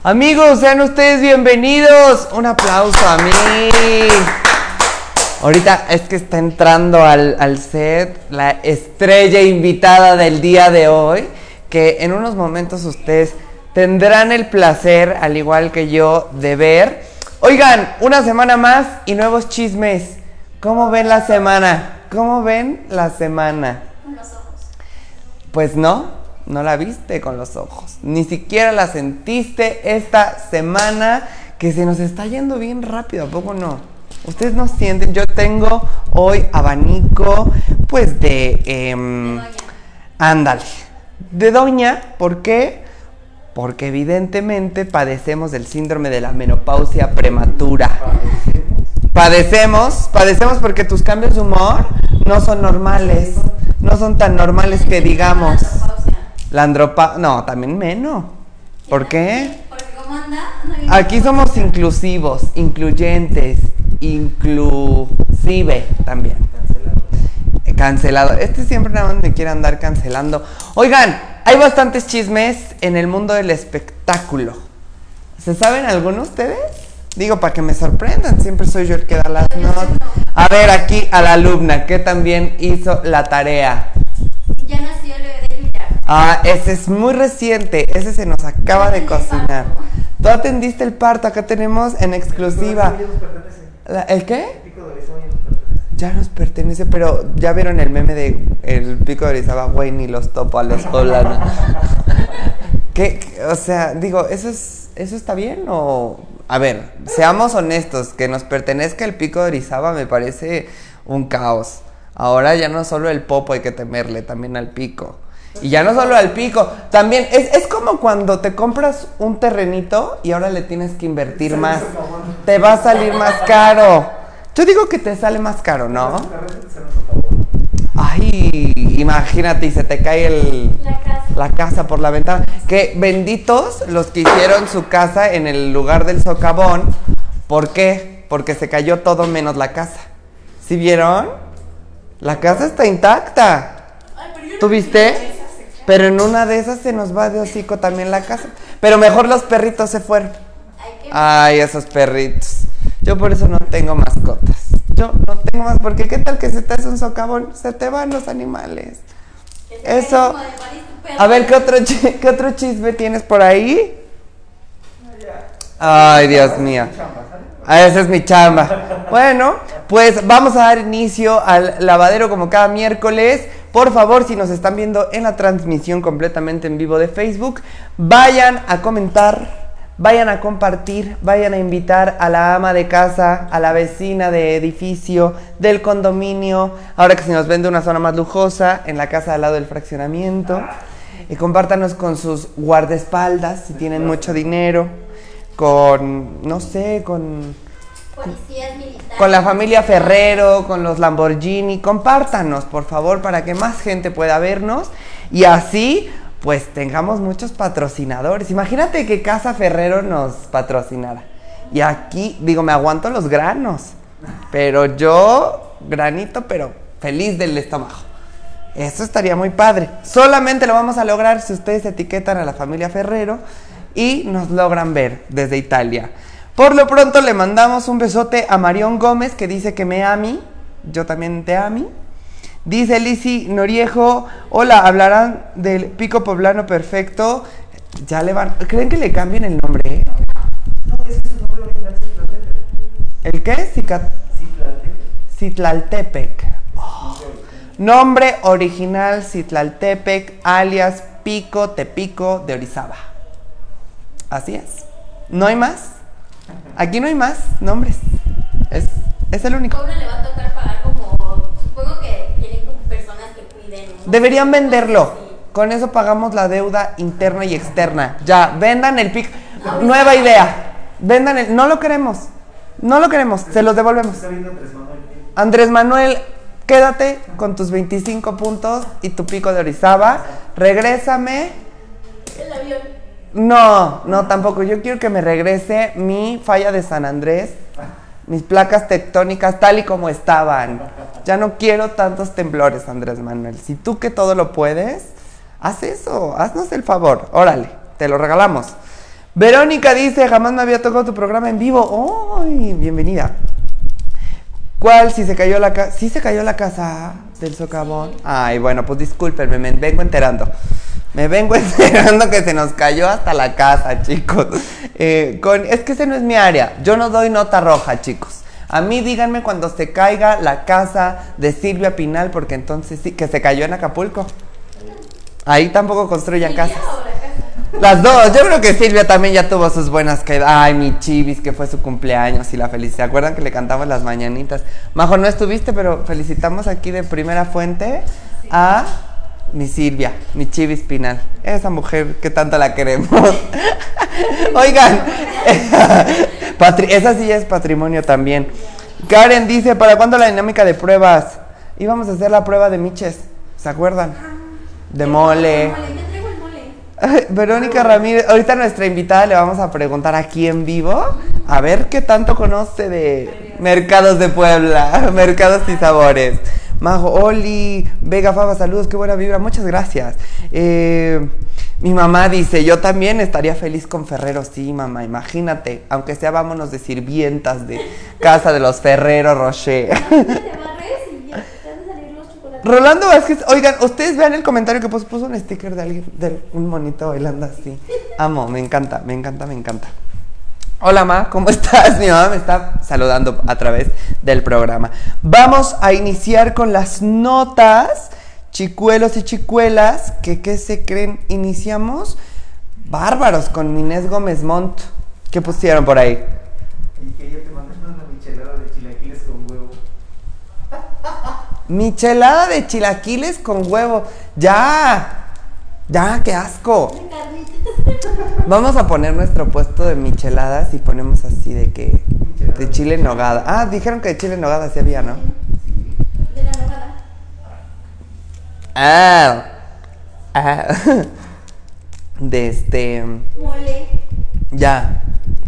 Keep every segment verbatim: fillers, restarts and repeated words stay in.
Amigos, sean ustedes bienvenidos. Un aplauso a mí. Ahorita es que está entrando al, al set la estrella invitada del día de hoy, que en unos momentos ustedes tendrán el placer, al igual que yo, de ver. Oigan, una semana más y nuevos chismes. ¿Cómo ven la semana? ¿Cómo ven la semana? Con los ojos. Pues no. No la viste con los ojos, ni siquiera la sentiste esta semana, que se nos está yendo bien rápido, ¿a poco no? Ustedes no sienten. Yo tengo hoy abanico, pues de... Eh, De doña. Ándale, de doña. ¿Por qué? Porque evidentemente padecemos del síndrome de la menopausia prematura. Padecemos, padecemos porque tus cambios de humor no son normales, no son tan normales que digamos. La andropa... No, también menos. ¿Por qué? Porque ¿cómo anda? No, Aquí somos inclusivos, incluyentes, inclusive también. Cancelado. Cancelado. Este siempre nada más me quiere andar cancelando. Oigan, hay bastantes chismes en el mundo del espectáculo. ¿Se saben algunos ustedes? Digo, para que me sorprendan, siempre soy yo el que da las notas. A ver, aquí a la alumna que también hizo la tarea. Ya nació el bebé de Julia. Ah, ese es muy reciente, ese se nos acaba de cocinar. Tú atendiste el parto, acá tenemos en exclusiva. La- ¿El qué? Ya nos pertenece, pero ya vieron el meme de el pico de Orizaba, güey, ni los topo a los poblanos. ¿Qué? qué- O sea, digo, ¿eso es eso está bien o...? A ver, seamos honestos, que nos pertenezca el pico de Orizaba me parece un caos. Ahora ya no solo el popo hay que temerle, también al pico. Y ya no solo al pico, también es, es como cuando te compras un terrenito y ahora le tienes que invertir más. Te va a salir más caro. Yo digo que te sale más caro, ¿no? Ay, imagínate, y se te cae el, La casa. la casa por la ventana. Que benditos los que hicieron su casa en el lugar del socavón. ¿Por qué? Porque se cayó todo menos la casa. ¿Sí vieron? La casa está intacta. Ay, pero yo no ¿Tú viste? quiero esa sección. Pero en una de esas se nos va de hocico también la casa. Pero mejor los perritos se fueron. Ay, qué Ay, esos perritos. Yo por eso no tengo mascotas. Yo no tengo más, porque qué tal que se te hace un socavón, se te van los animales. que te Eso. cae como de París tu perro. A ver, ¿qué otro, chi- ¿qué otro chisme tienes por ahí? Ay, Dios mío. Ah, esa es mi chamba. Bueno, pues vamos a dar inicio al lavadero como cada miércoles. Por favor, si nos están viendo en la transmisión completamente en vivo de Facebook, vayan a comentar, vayan a compartir, vayan a invitar a la ama de casa, a la vecina de edificio, del condominio, ahora que se nos vende una zona más lujosa, en la casa al lado del fraccionamiento. Y compártanos con sus guardaespaldas, si tienen mucho dinero, con, no sé, con... Policías militares. Con la familia Ferrero, con los Lamborghini, compártanos, por favor, para que más gente pueda vernos y así, pues, tengamos muchos patrocinadores. Imagínate que Casa Ferrero nos patrocinara. Y aquí, digo, me aguanto los granos, pero yo, granito, pero feliz del estómago. Eso estaría muy padre. Solamente lo vamos a lograr si ustedes etiquetan a la familia Ferrero y nos logran ver desde Italia. Por lo pronto le mandamos un besote a Marión Gómez, que dice que me ami. Yo también te ami. Dice Lizzy Noriejo, hola, hablarán del pico poblano perfecto. Ya le van... ¿Creen que le cambien el nombre? No, ese es su nombre original, Citlaltepec. ¿El qué? Cica- Citlaltepec. Citlaltepec. Oh. Nombre original Citlaltepec, alias Pico Tepico de Orizaba. Así es. ¿No hay más? Aquí no hay más nombres. Es, es el único. Pobre le va a tocar pagar como. Supongo que tienen como personas que cuiden. ¿no? Deberían venderlo. Sí. Con eso pagamos la deuda interna y externa. Ya, vendan el pico. Nueva idea. Vendan el... No lo queremos. No lo queremos. Se los devolvemos. Está viendo Andrés Manuel. Andrés Manuel, quédate con tus veinticinco puntos y tu pico de Orizaba. Regrésame. El avión. No, no, tampoco. Yo quiero que me regrese mi falla de San Andrés, mis placas tectónicas tal y como estaban. Ya no quiero tantos temblores, Andrés Manuel. Si tú que todo lo puedes, haz eso, haznos el favor. Órale, te lo regalamos. Verónica dice, jamás me había tocado tu programa en vivo. ¡Ay! Bienvenida. ¿Cuál? Si se cayó la casa. ¿Sí se cayó la casa del socavón? Ay, bueno, pues discúlpenme, me vengo enterando. Me vengo enterando que se nos cayó hasta la casa, chicos. Eh, con, es que ese no es mi área. Yo no doy nota roja, chicos. A mí díganme cuando se caiga la casa de Silvia Pinal, porque entonces sí, que se cayó en Acapulco. Ahí tampoco construyan casas. Las dos, yo creo que Silvia también ya tuvo sus buenas caídas. Ay, mi chivis, que fue su cumpleaños y la felicité. ¿Se acuerdan que le cantamos las mañanitas? Majo, no estuviste, pero felicitamos aquí de primera fuente a mi Silvia, mi chivis Pinal. Esa mujer que tanto la queremos. Oigan, patri- esa sí ya es patrimonio también. Karen dice, ¿para cuándo la dinámica de pruebas? Íbamos a hacer la prueba de miches, ¿se acuerdan? De mole. Verónica Ramírez, ahorita nuestra invitada le vamos a preguntar aquí en vivo, a ver qué tanto conoce de mercados de Puebla, mercados y sabores. Majo, Oli, Vega Fava, saludos, qué buena vibra, muchas gracias. Eh, mi mamá dice, yo también estaría feliz con Ferrero, sí, mamá, imagínate, aunque sea vámonos de sirvientas de casa de los Ferrero Rocher. Rolando Vázquez, oigan, ustedes vean el comentario que puso, puso un sticker de alguien, de un monito bailando así. Amo, me encanta, me encanta, me encanta. Hola, ma, ¿cómo estás? Mi mamá me está saludando a través del programa. Vamos a iniciar con las notas, chicuelos y chicuelas, que ¿qué se creen? Iniciamos bárbaros con Inés Gómez Montt. ¿Qué pusieron por ahí? Y que ella te mandó una michelada de chilaquiles con huevo. Michelada de chilaquiles con huevo. Ya, ya, qué asco. Vamos a poner nuestro puesto de micheladas y ponemos así de que de chile en nogada. Ah, dijeron que de chile en nogada sí había, ¿no? De la nogada. Ah, ah. De este. Mole. Ya.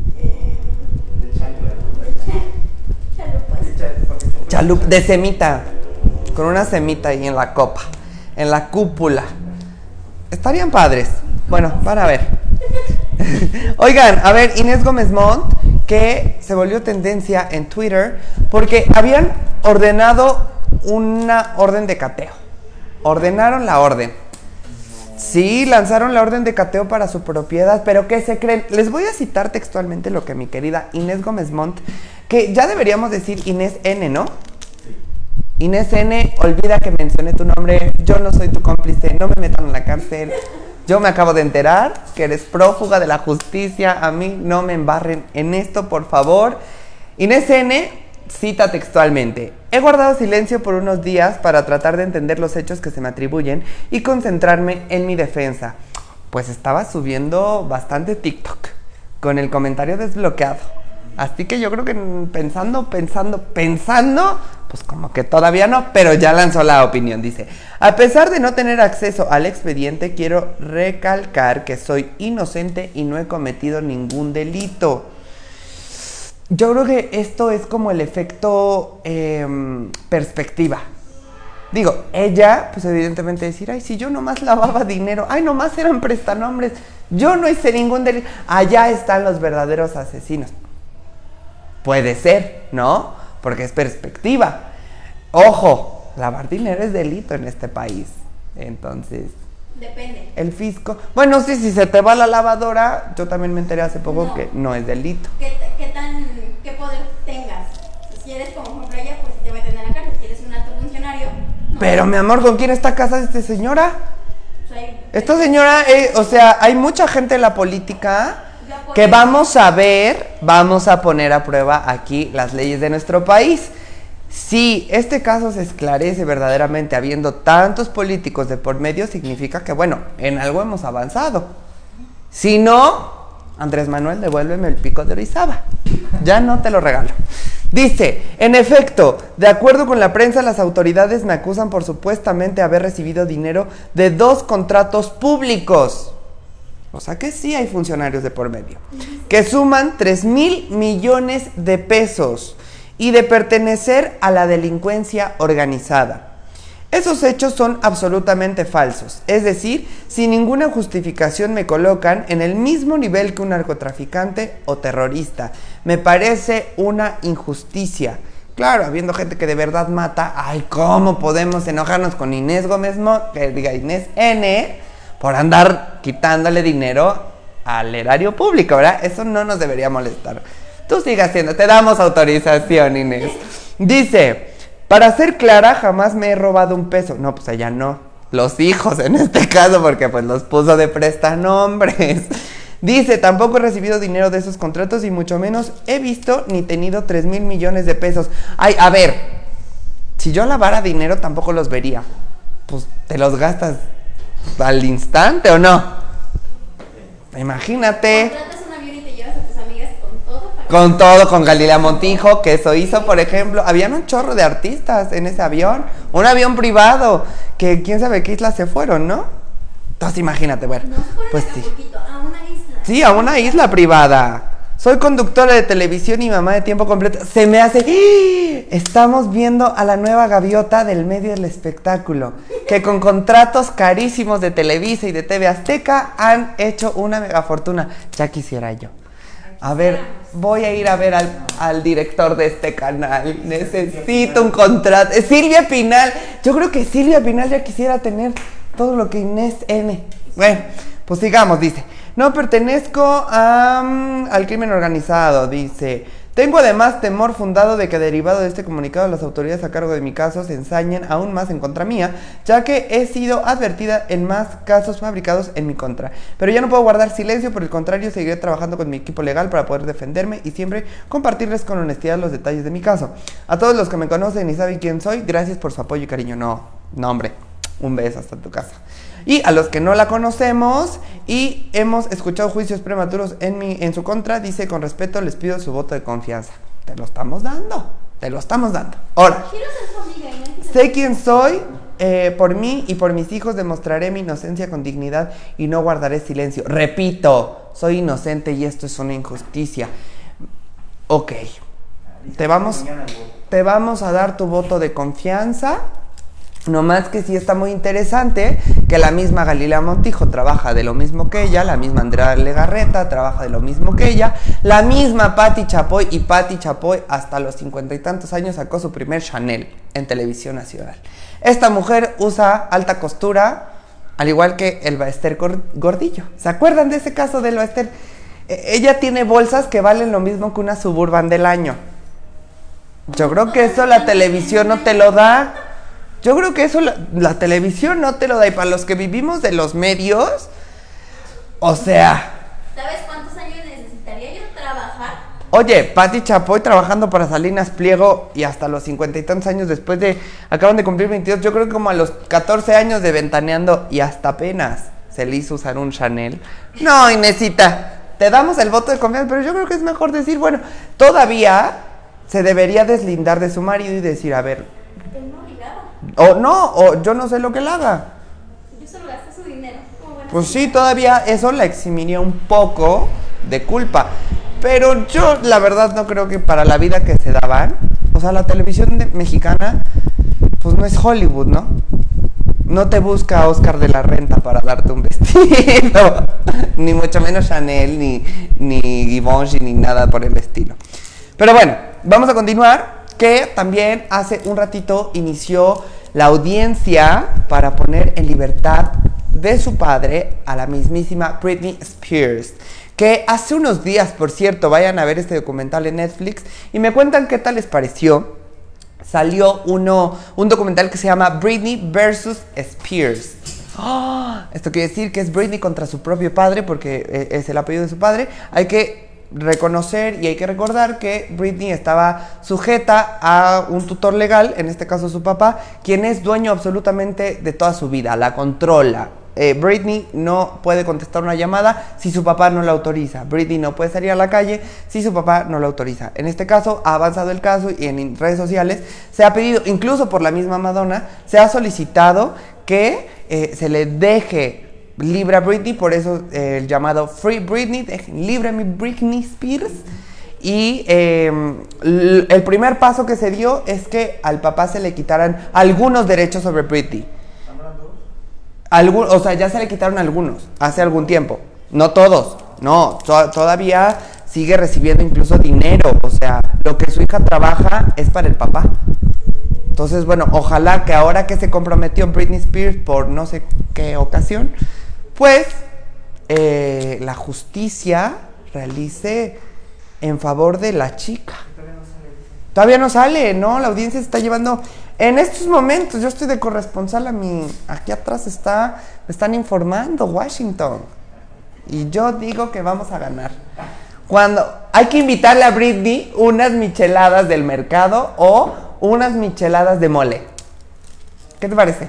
De chancla. Chalupas. De chalupa. Chalup, de semita. Con una semita ahí en la copa, en la cúpula. Estarían padres. Bueno, van a ver. Oigan, a ver, Inés Gómez Montt, que se volvió tendencia en Twitter porque habían ordenado una orden de cateo. Ordenaron la orden. Sí, lanzaron la orden de cateo para su propiedad, pero ¿qué se creen? Les voy a citar textualmente lo que mi querida Inés Gómez Montt, que ya deberíamos decir Inés N, ¿no? Inés N, olvida que mencioné tu nombre, yo no soy tu cómplice, no me metan en la cárcel. Yo me acabo de enterar que eres prófuga de la justicia, a mí no me embarren en esto, por favor. Inés N cita textualmente, he guardado silencio por unos días para tratar de entender los hechos que se me atribuyen y concentrarme en mi defensa. Pues estaba subiendo bastante TikTok con el comentario desbloqueado. Así que yo creo que pensando, pensando, pensando, pues como que todavía no, pero ya lanzó la opinión. Dice, a pesar de no tener acceso al expediente, quiero recalcar que soy inocente y no he cometido ningún delito. Yo creo que esto es como el efecto eh, perspectiva. Digo, ella, pues evidentemente decir, ay, si yo nomás lavaba dinero, ay, nomás eran prestanombres, yo no hice ningún delito, allá están los verdaderos asesinos. Puede ser, ¿no? Porque es perspectiva. Ojo, lavar dinero es delito en este país. Entonces, Depende. el fisco... Bueno, sí, si se te va la lavadora, yo también me enteré hace poco No. que no es delito. ¿Qué, qué tan, qué poder tengas? Si eres como por ejemplo ella, pues te meten en la cárcel. Si eres un alto funcionario... No. Pero, mi amor, ¿con quién está casada esta señora? O sea, Esta señora, eh, o sea, hay mucha gente en la política que vamos a ver, vamos a poner a prueba aquí las leyes de nuestro país. Si este caso se esclarece verdaderamente habiendo tantos políticos de por medio, significa que, bueno, en algo hemos avanzado. Si no, Andrés Manuel, devuélveme el pico de Orizaba. Ya no te lo regalo. Dice, en efecto, de acuerdo con la prensa, las autoridades me acusan por supuestamente haber recibido dinero de dos contratos públicos. O sea que sí hay funcionarios de por medio, que suman tres mil millones de pesos y de pertenecer a la delincuencia organizada. Esos hechos son absolutamente falsos, es decir, sin ninguna justificación me colocan en el mismo nivel que un narcotraficante o terrorista. Me parece una injusticia. Claro, habiendo gente que de verdad mata, ay, ¿cómo podemos enojarnos con Inés Gómez, Mo que diga Inés N, por andar quitándole dinero al erario público, ¿verdad? Eso no nos debería molestar. Tú sigue haciendo, te damos autorización, Inés. Dice... Para ser clara, jamás me he robado un peso. No, pues allá no. Los hijos en este caso, porque pues los puso de prestanombres. Dice, tampoco he recibido dinero de esos contratos y mucho menos he visto ni tenido tres mil millones de pesos. Ay, a ver, si yo lavara dinero tampoco los vería. Pues te los gastas al instante, ¿o no? Imagínate. Contratas un avión y te llevas a tus amigas con todo para... Con todo, con Galilea Montijo, que eso hizo, por ejemplo. Habían un chorro de artistas en ese avión. Un avión privado, que quién sabe qué isla se fueron, ¿no? Entonces imagínate, bueno. No se fueron Pues a sí. Acapulquito, a una isla. Sí, a una isla privada. Soy conductora de televisión y mamá de tiempo completo. Se me hace... ¡Ah! Estamos viendo a la nueva gaviota del medio del espectáculo, que con contratos carísimos de Televisa y de T V Azteca han hecho una mega fortuna. Ya quisiera yo. A ver, voy a ir a ver al, al director de este canal. Necesito un contrato. Silvia Pinal. Yo creo que Silvia Pinal ya quisiera tener todo lo que Inés N. Bueno, pues sigamos, dice. No pertenezco a, um, al crimen organizado, dice. Tengo además temor fundado de que derivado de este comunicado las autoridades a cargo de mi caso se ensañen aún más en contra mía, ya que he sido advertida en más casos fabricados en mi contra. Pero ya no puedo guardar silencio, por el contrario seguiré trabajando con mi equipo legal para poder defenderme y siempre compartirles con honestidad los detalles de mi caso. A todos los que me conocen y saben quién soy, gracias por su apoyo y cariño. No, no hombre, un beso hasta tu casa. Y a los que no la conocemos y hemos escuchado juicios prematuros en, mi, en su contra, dice, con respeto les pido su voto de confianza. Te lo estamos dando, te lo estamos dando. Ahora, Quiero ser su amiga, imagínate. sé quién soy, eh, por mí y por mis hijos demostraré mi inocencia con dignidad y no guardaré silencio. Repito, soy inocente y esto es una injusticia. Ok, te vamos, te vamos a dar tu voto de confianza. No más que sí está muy interesante que la misma Galilea Montijo trabaja de lo mismo que ella, la misma Andrea Legarreta trabaja de lo mismo que ella, la misma Patti Chapoy, y Patti Chapoy hasta los cincuenta y tantos años sacó su primer Chanel en Televisión Nacional. Esta mujer usa alta costura, al igual que el Baester Gordillo. ¿Se acuerdan de ese caso del Baester? Eh, ella tiene bolsas que valen lo mismo que una Suburban del año. Yo creo que eso la televisión no te lo da. Yo creo que eso la, la televisión no te lo da. Y para los que vivimos de los medios, o sea... ¿Sabes cuántos años necesitaría yo trabajar? Oye, Patti Chapoy trabajando para Salinas Pliego y hasta los cincuenta y tantos años después de... Acaban de cumplir veintidós, yo creo que como a los catorce años de ventaneando y hasta apenas se le hizo usar un Chanel. No, Inésita, te damos el voto de confianza, pero yo creo que es mejor decir, bueno, todavía se debería deslindar de su marido y decir, a ver... O no, o yo no sé lo que él haga. Yo solo gasté su dinero. Pues sí, todavía eso la eximiría un poco de culpa. Pero yo la verdad no creo que para la vida que se daban, o sea, la televisión de, mexicana, pues no es Hollywood, ¿no? No te busca Oscar de la Renta para darte un vestido. Ni mucho menos Chanel, ni, ni Givenchy, ni nada por el estilo. Pero bueno, vamos a continuar. Que también hace un ratito inició la audiencia para poner en libertad de su padre a la mismísima Britney Spears, que hace unos días, por cierto, vayan a ver este documental en Netflix y me cuentan qué tal les pareció. Salió uno, un documental que se llama Britney versus Spears. Oh, esto quiere decir que es Britney contra su propio padre, porque es el apellido de su padre. Hay que reconocer y hay que recordar que Britney estaba sujeta a un tutor legal, en este caso su papá, quien es dueño absolutamente de toda su vida, la controla. Eh, Britney no puede contestar una llamada si su papá no la autoriza. Britney no puede salir a la calle si su papá no la autoriza. En este caso ha avanzado el caso y en redes sociales se ha pedido, incluso por la misma Madonna, se ha solicitado que eh, se le deje libre a Britney, por eso eh, el llamado Free Britney, libre a mi Britney Spears. Y eh, l- el primer paso que se dio es que al papá se le quitaran algunos derechos sobre Britney. Algu- o sea, ya se le quitaron algunos hace algún tiempo. No todos, no, to- todavía sigue recibiendo incluso dinero. O sea, lo que su hija trabaja es para el papá. Entonces, bueno, ojalá que ahora que se comprometió Britney Spears por no sé qué ocasión, pues eh, la justicia realice en favor de la chica. Todavía no sale, ¿no? La audiencia se está llevando... En estos momentos, yo estoy de corresponsal a mi... Aquí atrás está... Me están informando, Washington. Y yo digo que vamos a ganar. Cuando... Hay que invitarle a Britney unas micheladas del mercado o unas micheladas de mole. ¿Qué te parece?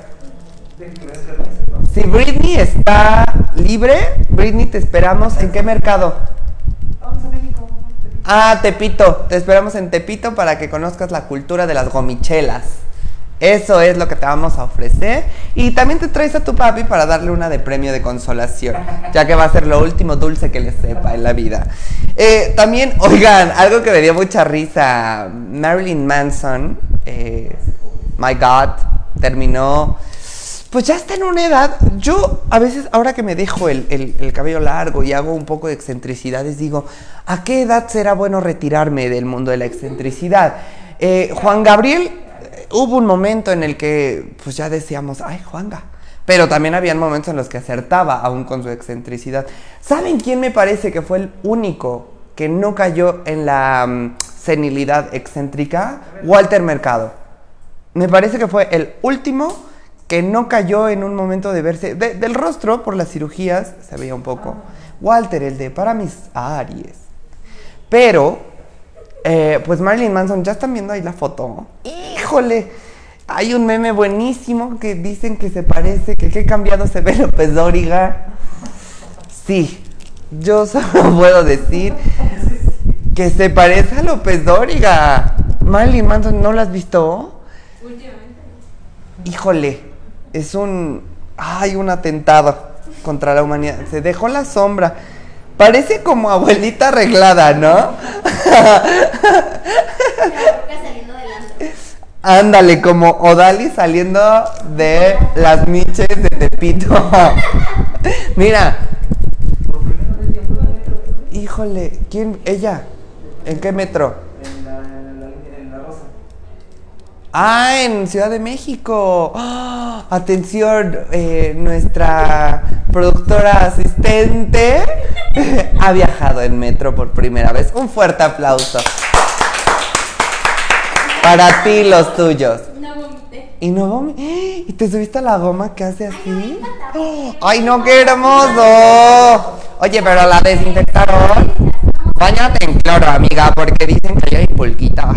Si Britney está libre, Britney, te esperamos. ¿En qué mercado? Vamos a México. Ah, Tepito. Te esperamos en Tepito para que conozcas la cultura de las gomichelas. Eso es lo que te vamos a ofrecer. Y también te traes a tu papi para darle una de premio de consolación, ya que va a ser lo último dulce que le sepa en la vida. Eh, también, oigan, algo que me dio mucha risa. Marilyn Manson, eh, my God, terminó... Pues ya está en una edad, yo a veces, ahora que me dejo el, el, el cabello largo y hago un poco de excentricidades, digo, ¿a qué edad será bueno retirarme del mundo de la excentricidad? Eh, Juan Gabriel, eh, hubo un momento en el que pues ya decíamos, ay, Juanga, pero también habían momentos en los que acertaba aún con su excentricidad. ¿Saben quién me parece que fue el único que no cayó en la um, senilidad excéntrica? Walter Mercado. Me parece que fue el último que no cayó en un momento de verse... De, del rostro, por las cirugías, se veía un poco. Walter, el de para mis Aries. Pero, eh, pues Marilyn Manson, ya están viendo ahí la foto. ¡Híjole! Hay un meme buenísimo que dicen que se parece, que qué cambiado se ve López Dóriga. Sí, yo solo puedo decir que se parece a López Dóriga. Marilyn Manson, ¿no lo has visto? Últimamente. Híjole, es un... Ay, un atentado contra la humanidad. Se dejó la sombra. Parece como abuelita arreglada, ¿no? La boca saliendo del antro. Ándale, como Odali saliendo de las miches de Tepito. Mira. Híjole, ¿quién? ¿Ella? ¿En qué metro? En la, en la, en la Rosa. Ah, en Ciudad de México. ¡Oh! Atención, eh, nuestra productora asistente ha viajado en metro por primera vez. Un fuerte aplauso. Para ti, los tuyos. No vomité. Y no vomit- ¿Y te subiste a la goma que hace así? Ay, ¡Ay, no, qué hermoso! Oye, pero la desinfectaron. Báñate en cloro, amiga, porque dicen que hay pulquitas.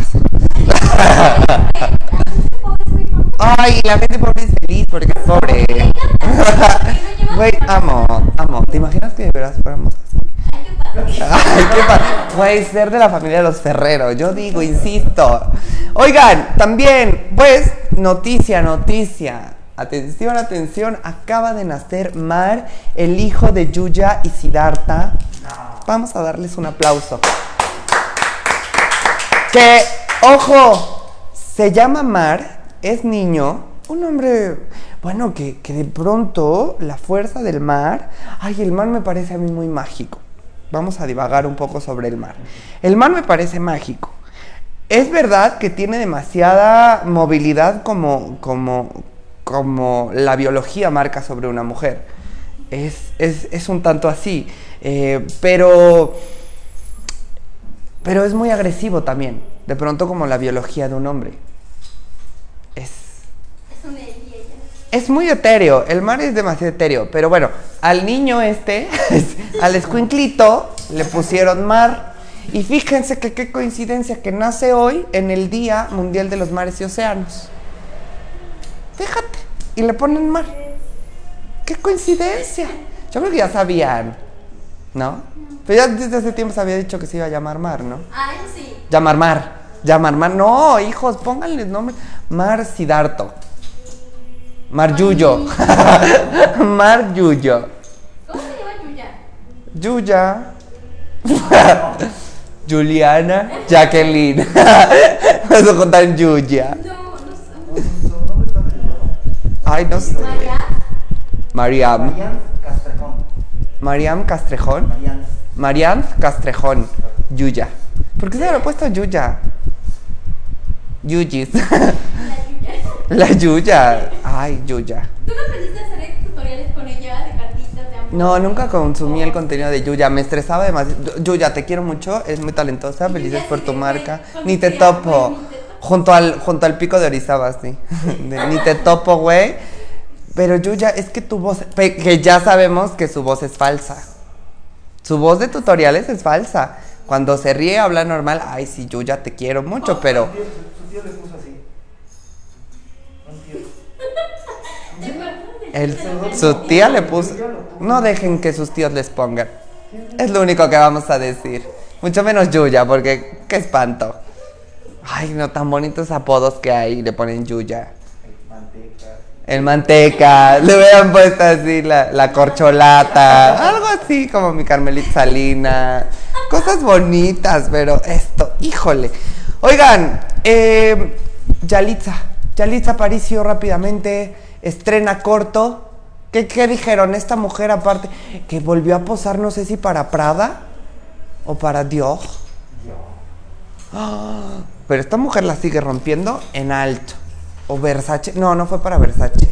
Ay, la gente pobre es feliz porque es pobre. Güey, amo, amo. ¿Te imaginas que de veras fuéramos así? Ay, qué padre. Güey, ser de la familia de los Ferreros, yo digo, insisto. Oigan, también, pues, noticia, noticia. Atención, atención, acaba de nacer Mar, el hijo de Yuya y Siddhartha. Vamos a darles un aplauso. Que, ojo, se llama Mar, es niño, un hombre, bueno, que, que de pronto la fuerza del mar, ay, el mar me parece a mí muy mágico. Vamos a divagar un poco sobre el mar. El mar me parece mágico. Es verdad que tiene demasiada movilidad como, como, como la biología marca sobre una mujer. Es, es, es un tanto así. Eh, pero, pero es muy agresivo también. De pronto como la biología de un hombre. Es... Es un él y ella. Es muy etéreo, el mar es demasiado etéreo, pero bueno, al niño este, al escuinclito, le pusieron Mar. Y fíjense que qué coincidencia que nace hoy en el Día Mundial de los Mares y Océanos. Fíjate, y le ponen Mar. ¡Qué coincidencia! Yo creo que ya sabían, ¿no? Pero ya desde hace tiempo se había dicho que se iba a llamar Mar, ¿no? Ah, eso sí. Llamar Mar, llamar Mar. No, hijos, pónganle nombre. Mar Siddhartha. Mar Yuyo. Mar Yuyo. ¿Cómo se llama Yuya? Yuya. Juliana, Jacqueline. Vas a contar Yuya. No, no sé. No, su nombre está derivado. Ay, no sé. María. Mariam. Marian Castrejón. Mariam Castrejón. Marian. Mariam Castrejón. Yuya. ¿Por qué se habrá puesto Yuya? Yuyis. La Yuya. La Yuya. Ay, Yuya. ¿Tú no aprendiste a hacer tutoriales con ella de cartitas, de amor? No, nunca consumí el contenido de Yuya. Me estresaba demasiado. Yuya, te quiero mucho. Es muy talentosa. Y Felices Yuya por sí tu que marca. fue Ni te conocida, topo. güey, ni te topo. Junto al, junto al pico de Orizaba, sí. De- ni te topo, güey. Pero Yuya, es que tu voz. pe- Que ya sabemos que su voz es falsa. Su voz de tutoriales es falsa. Cuando se ríe, habla normal. Ay, sí, Yuya, te quiero mucho, pero. Su tío, su, su tío le puso así. Un tío. ¿Te acuerdas de El, su tía le puso. No dejen que sus tíos les pongan. Es lo único que vamos a decir. Mucho menos Yuya, porque qué espanto. Ay, no, tan bonitos apodos que hay. Le ponen Yuya. Manteca. El manteca. Le hubieran puesto así la, la corcholata. Algo así como mi Carmelita Salina. Cosas bonitas, pero esto, híjole. Oigan, eh, Yalitza. Yalitza Aparicio rápidamente estrena corto. ¿Qué, ¿Qué dijeron? Esta mujer aparte que volvió a posar, no sé si para Prada o para Dior. Ah, pero esta mujer la sigue rompiendo en alto. O Versace. No, no fue para Versace.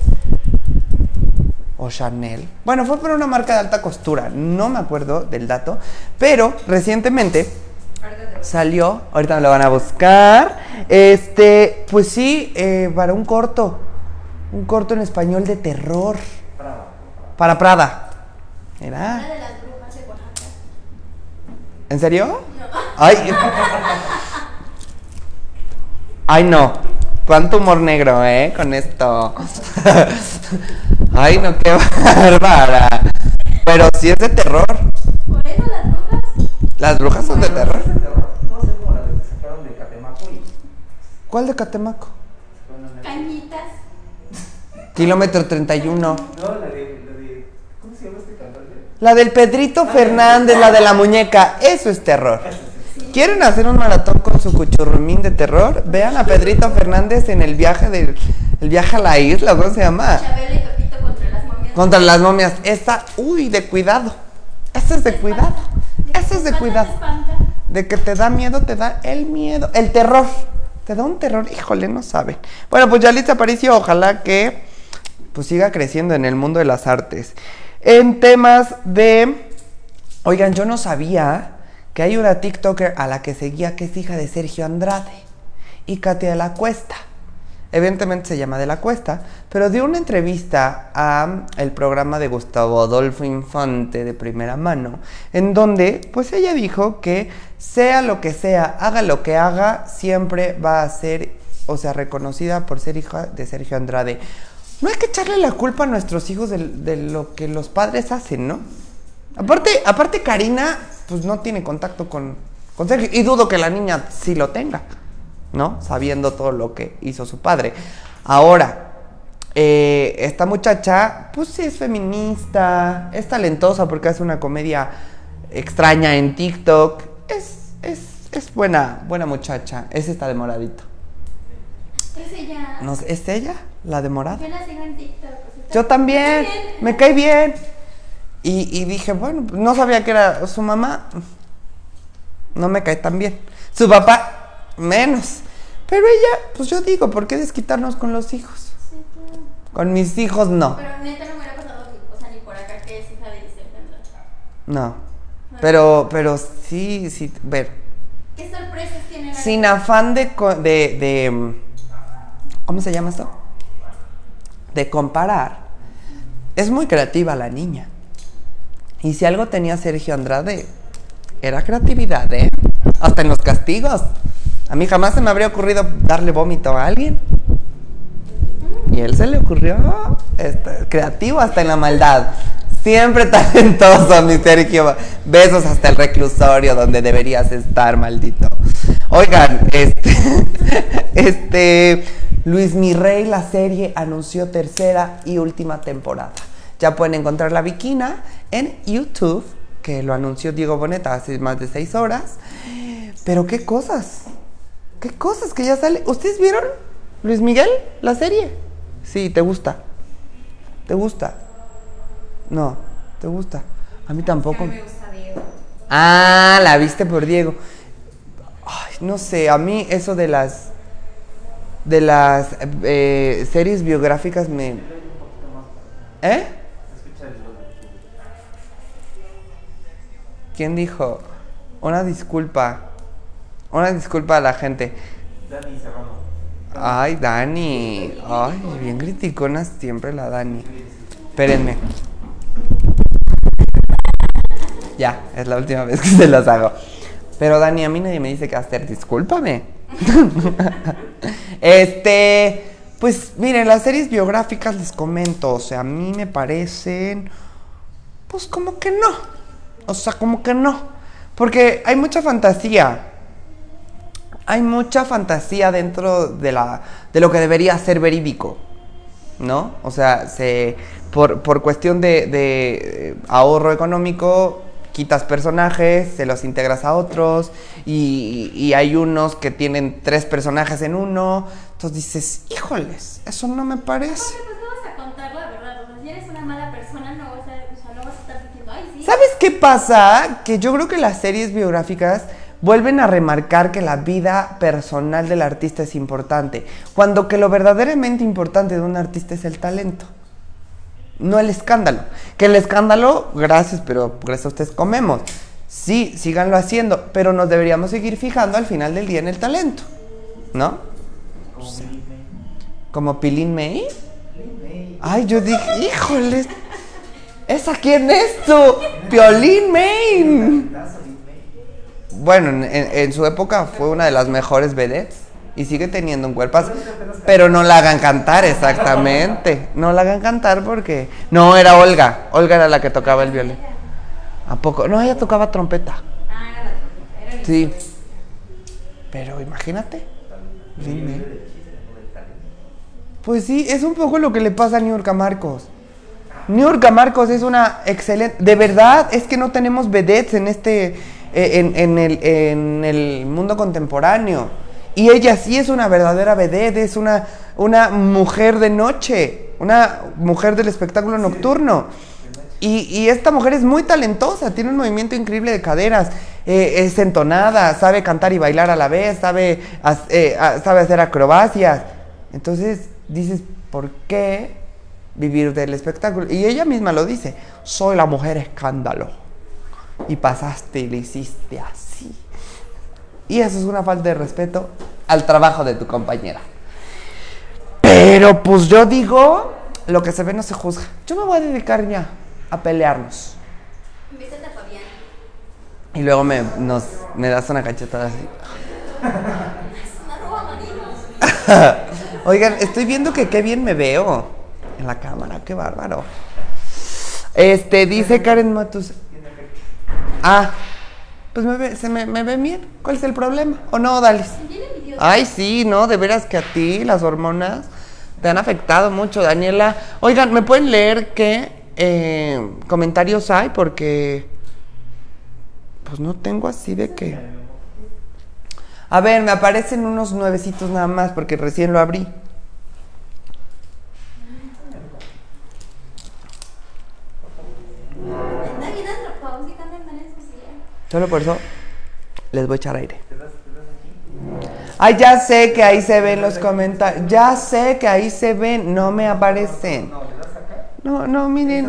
O Chanel. Bueno, fue para una marca de alta costura. No me acuerdo del dato. Pero recientemente salió. Ahorita me lo van a buscar. Este, pues sí, eh, para un corto. Un corto en español de terror. Prada. Para Prada. una Era. de las brujas de Oaxaca? ¿En serio? No. Ay. Ay, no. Cuánto humor negro, ¿eh? Con esto. Ay, no, qué bárbara. Pero sí es de terror. Por eso las brujas. Las brujas son de terror. ¿Es de terror? No sé cómo la de que sacaron de Catemaco y. ¿Cuál de Catemaco? Bueno, la- Cañitas. Kilómetro treinta y uno. No, la de, la de. ¿Cómo se llama este cantante? La del Pedrito Fernández, la de la muñeca. Eso es terror. ¿Quieren hacer un maratón con su cuchurrumín de terror? Vean a Pedrito Fernández en el viaje del el viaje a la isla, ¿cómo se llama? Chabelo y Pepito contra las momias. Contra las momias. Esta, uy, de cuidado. Esta es de cuidado. Esta es de cuidado. De que te da miedo, te da el miedo. El terror. Te da un terror, híjole, no saben. Bueno, pues Yalitza Aparicio, ojalá que pues siga creciendo en el mundo de las artes. En temas de... Oigan, yo no sabía que hay una TikToker a la que seguía que es hija de Sergio Andrade y Katia de la Cuesta. Evidentemente se llama de la Cuesta, pero dio una entrevista a el programa de Gustavo Adolfo Infante de Primera Mano, en donde pues ella dijo que sea lo que sea, haga lo que haga, siempre va a ser, o sea, reconocida por ser hija de Sergio Andrade. No hay que echarle la culpa a nuestros hijos de, de lo que los padres hacen, ¿no? Aparte, aparte Karina, pues no tiene contacto con, con Sergio, y dudo que la niña sí lo tenga, ¿no? Sabiendo todo lo que hizo su padre. Ahora, eh, esta muchacha, pues sí es feminista, es talentosa porque hace una comedia extraña en TikTok. Es, es, es buena, buena muchacha. Es esta de moradito. Es ella. No sé, ¿es ella? ¿La de morado? Yo la sigo en TikTok. Pues, está- Yo también, está bien. me cae bien. Y, y dije, bueno, no sabía que era su mamá. No me cae tan bien. Su papá, menos. Pero ella, pues yo digo, ¿por qué desquitarnos con los hijos? Sí, claro. Con mis hijos no. Pero neta no me hubiera pasado, o sea, ni por acá que es hija de Sergio Andrade. No. Pero, pero sí, sí, ver. ¿Qué sorpresas tiene la Sin afán de, co- de, de, ¿cómo se llama esto? De comparar. Es muy creativa la niña. Y si algo tenía Sergio Andrade, era creatividad, ¿eh? Hasta en los castigos. A mí jamás se me habría ocurrido darle vómito a alguien. Y él se le ocurrió, este, creativo hasta en la maldad. Siempre talentoso, mi Sergio. Besos hasta el reclusorio donde deberías estar, maldito. Oigan, este, este, Luis Mirrey, la serie, anunció tercera y última temporada. Ya pueden encontrar la Bikina en YouTube, que lo anunció Diego Boneta hace más de seis horas. Pero qué cosas. ¿Qué cosas que ya sale? ¿Ustedes vieron Luis Miguel, la serie? Sí, ¿te gusta? ¿Te gusta? No, ¿te gusta? A mí tampoco. A mí me gusta Diego. Ah, la viste por Diego. Ay, no sé, a mí eso de las de las eh, series biográficas me... ¿Eh? ¿Quién dijo? Una disculpa. Una disculpa a la gente. Dani Serrano. Ay, Dani. Ay, bien criticona siempre la Dani. Espérenme. Ya, es la última vez que se las hago. Pero Dani, a mí nadie me dice qué hacer. Discúlpame. Este, pues miren, las series biográficas les comento, o sea, a mí me parecen, pues como que no. O sea, como que no. Porque hay mucha fantasía. Hay mucha fantasía dentro de la de lo que debería ser verídico, ¿no? O sea, se por, por cuestión de, de ahorro económico, quitas personajes, se los integras a otros, y, y hay unos que tienen tres personajes en uno. Entonces dices, híjoles, eso no me parece. Aparte, pues no vas a contar la verdad. O sea, si eres una mala persona, no vas a, o sea, no vas a estar diciendo, ay, sí. ¿Sabes qué pasa? Que yo creo que las series biográficas vuelven a remarcar que la vida personal del artista es importante, cuando que lo verdaderamente importante de un artista es el talento, no el escándalo. Que el escándalo, gracias, pero gracias a ustedes comemos. Sí, síganlo haciendo, pero nos deberíamos seguir fijando al final del día en el talento, ¿no? Como Pilín May. ¿Como Pilín May? Pilín May. Ay, yo dije, híjoles, ¿esa quién es tú? Piolín May. Lazo, Pilín May. Bueno, en, en su época fue una de las mejores vedettes y sigue teniendo un cuerpazo, pero no la hagan cantar, exactamente. No la hagan cantar porque... No, era Olga. Olga era la que tocaba el violín. ¿A poco? No, ella tocaba trompeta. Ah, era la trompeta, era el Sí. instrumento. Pero imagínate. Vive Dime. del chiste, no del talento. Pues sí, es un poco lo que le pasa a Niurka Marcos. Niurka Marcos es una excelente... De verdad, es que no tenemos vedettes en este... eh, En, en, el, en el mundo contemporáneo. Y ella sí es una verdadera vedette, es una, una mujer de noche, una mujer del espectáculo nocturno. Y, y esta mujer es muy talentosa, tiene un movimiento increíble de caderas, eh, es entonada, sabe cantar y bailar a la vez, sabe, eh, sabe hacer acrobacias. Entonces dices, ¿por qué vivir del espectáculo? Y ella misma lo dice, soy la mujer escándalo. Y pasaste y le hiciste así. Y eso es una falta de respeto al trabajo de tu compañera. Pero pues yo digo, lo que se ve no se juzga. Yo me voy a dedicar ya a pelearnos. Invítate a Fabián. Y luego me, nos, me das una cachetada así. Es una roba marinos. Oigan, estoy viendo que qué bien me veo en la cámara, qué bárbaro. Este, dice Karen Matus. Ah, pues me ve, se me, me ve bien. ¿Cuál es el problema? ¿O no, Dalis? Ay, sí, no, de veras que a ti las hormonas te han afectado mucho, Daniela. Oigan, ¿me pueden leer qué eh, comentarios hay? Porque pues no tengo así de que... A ver, me aparecen unos nuevecitos nada más porque recién lo abrí. Anda bien atrapado, sí, canta en eso, sí. Solo por eso les voy a echar aire. Ay, ya sé que ahí se ven los comentarios. Ya sé que ahí se ven. No me aparecen. No, no, miren.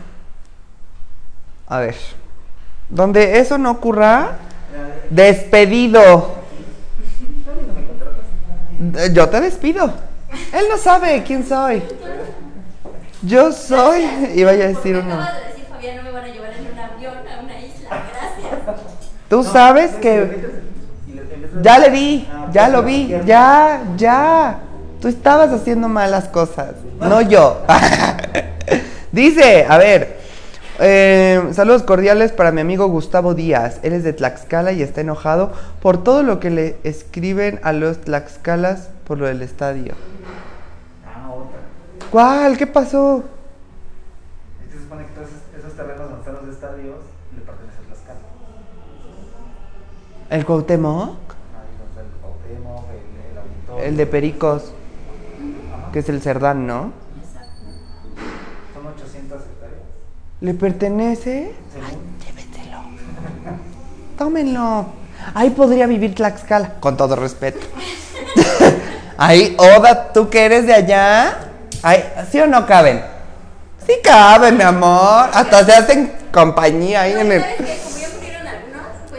A ver. Donde eso no ocurra, despedido. Yo te despido. Él no sabe quién soy. Yo soy. Iba a decir uno. Acabas de decir, Fabián, no me van a llevar en un avión a una isla. Gracias. Tú sabes que... Ya le di, ya lo vi, ya, ya. Tú estabas haciendo malas cosas, no yo. Dice, a ver, eh, saludos cordiales para mi amigo Gustavo Díaz. Él es de Tlaxcala y está enojado por todo lo que le escriben a los tlaxcalas por lo del estadio. Ah, otra. ¿Cuál? ¿Qué pasó? Es que se supone que todos esos, esos terrenos donde están los estadios le pertenecen a Tlaxcala. ¿El Cuauhtémoc? Ahí está el Cuauhtémoc, el, el auditorio. El de Pericos, Ajá. que es el Cerdán, ¿no? Son ochocientas hectáreas. ¿Le pertenece? Según. Ay, llévenselo. Tómenlo. Ahí podría vivir Tlaxcala, con todo respeto. Ahí, Oda, ¿tú que eres de allá? Ahí, ¿sí o no caben? Sí caben, mi amor. Hasta se hacen compañía ahí No, en el... ¿sabes qué? Como ya murieron algunos, pues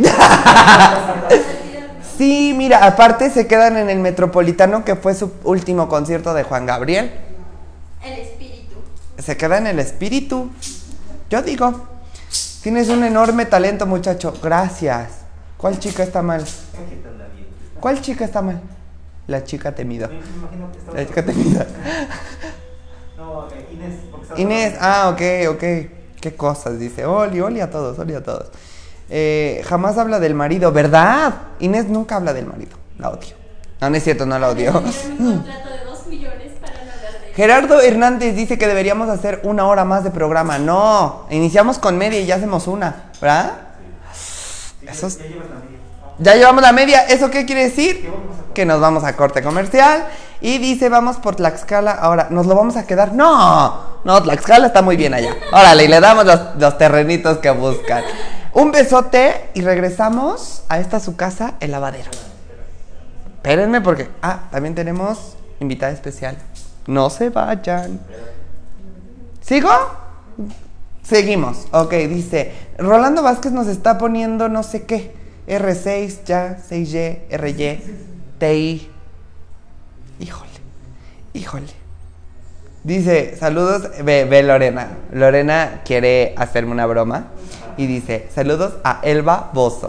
ya como que... Sí, mira, aparte se quedan en el Metropolitano, que fue su último concierto de Juan Gabriel. El espíritu. Se queda en el espíritu. Yo digo, tienes un enorme talento, muchacho. Gracias. ¿Cuál chica está mal? ¿Cuál chica está mal? La chica temida. Me imagino que estaba- La chica temida. No, eh, Inés. porque estaba- Inés, ah, ok, ok. Qué cosas, dice. Oli, oli a todos, oli a todos. Eh, jamás habla del marido, ¿verdad? Inés nunca habla del marido. La odio. No, no es cierto, no la odio. Tienen un contrato de dos millones para no hablar de... Gerardo Hernández dice que deberíamos hacer una hora más de programa. No, iniciamos con media y ya hacemos una, ¿verdad? Sí, Eso es- ya llevas la media. Ya llevamos la media. ¿Eso qué quiere decir? Que nos vamos a corte comercial. Y dice, vamos por Tlaxcala. Ahora, ¿nos lo vamos a quedar? No, no, Tlaxcala está muy bien allá. Órale, y le damos los, los terrenitos que buscan. Un besote y regresamos a esta su casa, el lavadero. Espérenme porque... Ah, también tenemos invitada especial. No se vayan. ¿Sigo? Seguimos. Ok, dice, Rolando Vázquez nos está poniendo no sé qué. R seis, ya, seis Y, R Y, T I. Híjole, híjole. Dice, saludos, ve, ve Lorena. Lorena quiere hacerme una broma. Y dice, saludos a Elba Bozo.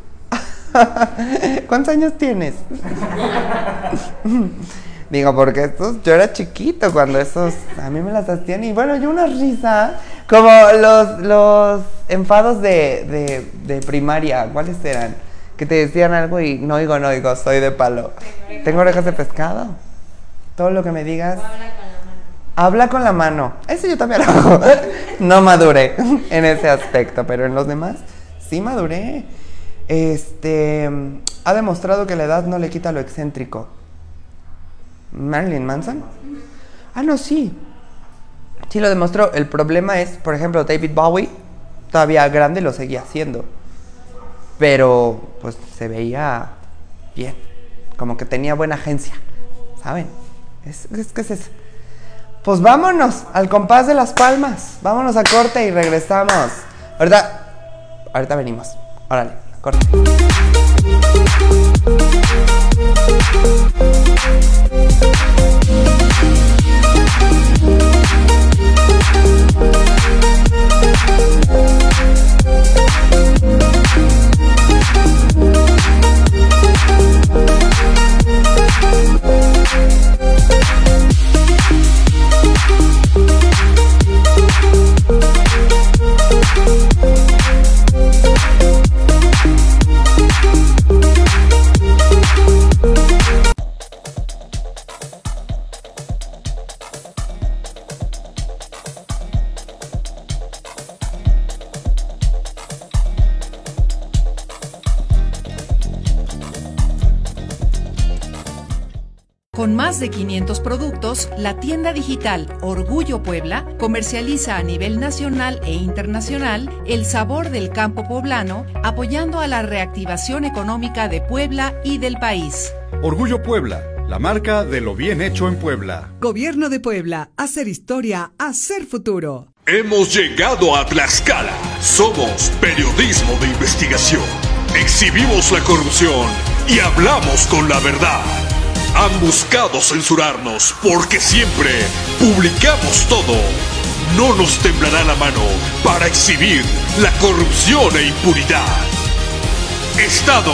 ¿Cuántos años tienes? Digo, porque estos, yo era chiquito cuando esos, a mí me las hacían y bueno, yo una risa, como los, los enfados de, de, de primaria, ¿cuáles eran? Que te decían algo y no oigo, no oigo, soy de palo. Tengo orejas de pescado. Todo lo que me digas. Habla con la mano. Eso yo también lo hago. No maduré en ese aspecto, pero en los demás sí maduré. Este, ha demostrado que la edad no le quita lo excéntrico. Marilyn Manson. Ah, no, sí. Sí lo demostró. El problema es, por ejemplo, David Bowie, todavía grande, lo seguía haciendo. Pero, pues, se veía bien. Como que tenía buena agencia. ¿Saben? Es, es que es eso. Pues vámonos al compás de las palmas. Vámonos a corte y regresamos. Ahorita, ahorita venimos. Órale, corte. Con más de quinientos productos, la tienda digital Orgullo Puebla comercializa a nivel nacional e internacional el sabor del campo poblano, apoyando a la reactivación económica de Puebla y del país. Orgullo Puebla, la marca de lo bien hecho en Puebla. Gobierno de Puebla, hacer historia, hacer futuro. Hemos llegado a Tlaxcala. Somos periodismo de investigación. Exhibimos la corrupción y hablamos con la verdad. Han buscado censurarnos porque siempre publicamos todo. No nos temblará la mano para exhibir la corrupción e impunidad. Estado,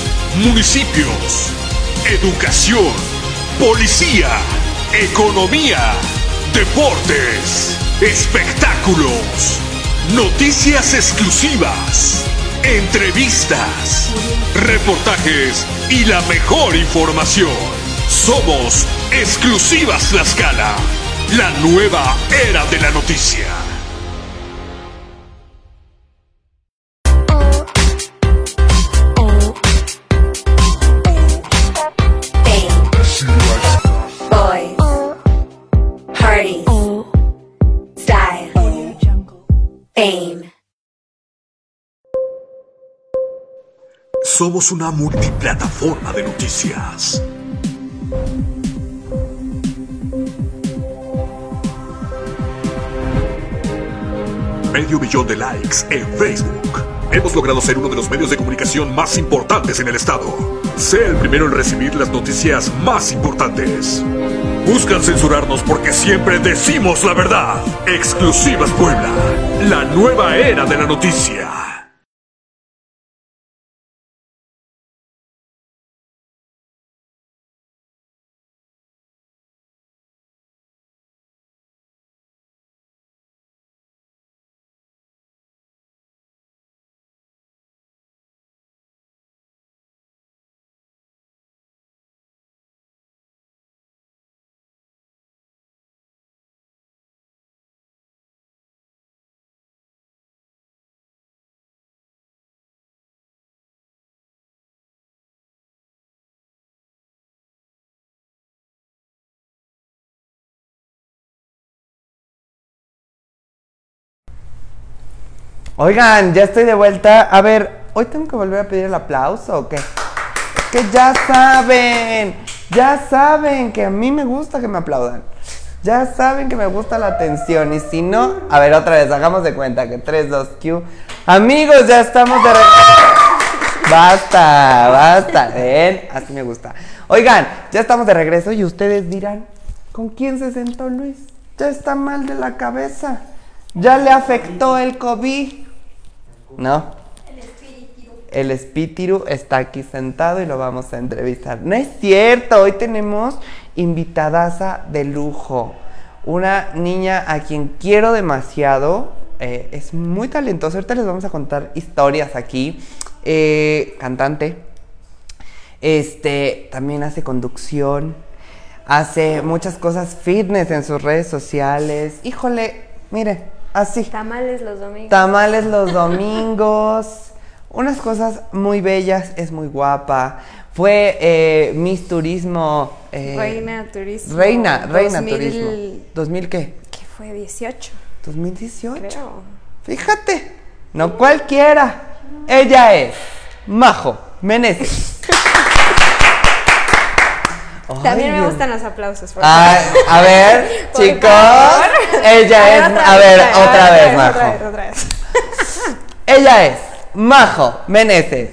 municipios, educación, policía, economía, deportes, espectáculos, noticias exclusivas, entrevistas, reportajes y la mejor información. Somos Exclusivas Tlaxcala, la nueva era de la noticia. Oh, Party. Style. Fame. Somos una multiplataforma de noticias. Medio millón de likes en Facebook. Hemos logrado ser uno de los medios de comunicación más importantes en el estado. Sé el primero en recibir las noticias más importantes. Buscan censurarnos porque siempre decimos la verdad. Exclusivas Puebla, la nueva era de la noticia. Oigan, ya estoy de vuelta. A ver, ¿hoy tengo que volver a pedir el aplauso o qué? Es que ya saben, ya saben que a mí me gusta que me aplaudan. Ya saben que me gusta la atención. Y si no, a ver, otra vez, hagamos de cuenta que tres, dos, Q. Amigos, ya estamos de regreso. Basta, basta. ¿Ven? Así me gusta. Oigan, ya estamos de regreso y ustedes dirán, ¿con quién se sentó Luis? Ya está mal de la cabeza. Ya le afectó el COVID. ¿No? El espíritu. El espíritu está aquí sentado y lo vamos a entrevistar. No es cierto, hoy tenemos invitadaza de lujo. Una niña a quien quiero demasiado. Eh, es muy talentosa. Ahorita les vamos a contar historias aquí. Eh, cantante. Este, también hace conducción. Hace muchas cosas fitness en sus redes sociales. Híjole, mire. Así. Tamales los domingos. Tamales los domingos. Unas cosas muy bellas. Es muy guapa. Fue eh, Miss Turismo. Eh, Reina Turismo. Reina, Reina dos mil, Turismo. ¿dos mil qué? ¿Qué fue? ¿dieciocho? ¿dos mil dieciocho? Creo. Fíjate. No cualquiera. Ella es Majo Meneses. También Ay, me gustan los aplausos. Por ah, a ver, por chicos. favor. Ella A ver, es. otra A vez, ver, otra otra vez, vez, otra Majo. vez, otra vez. Ella es Majo Meneses.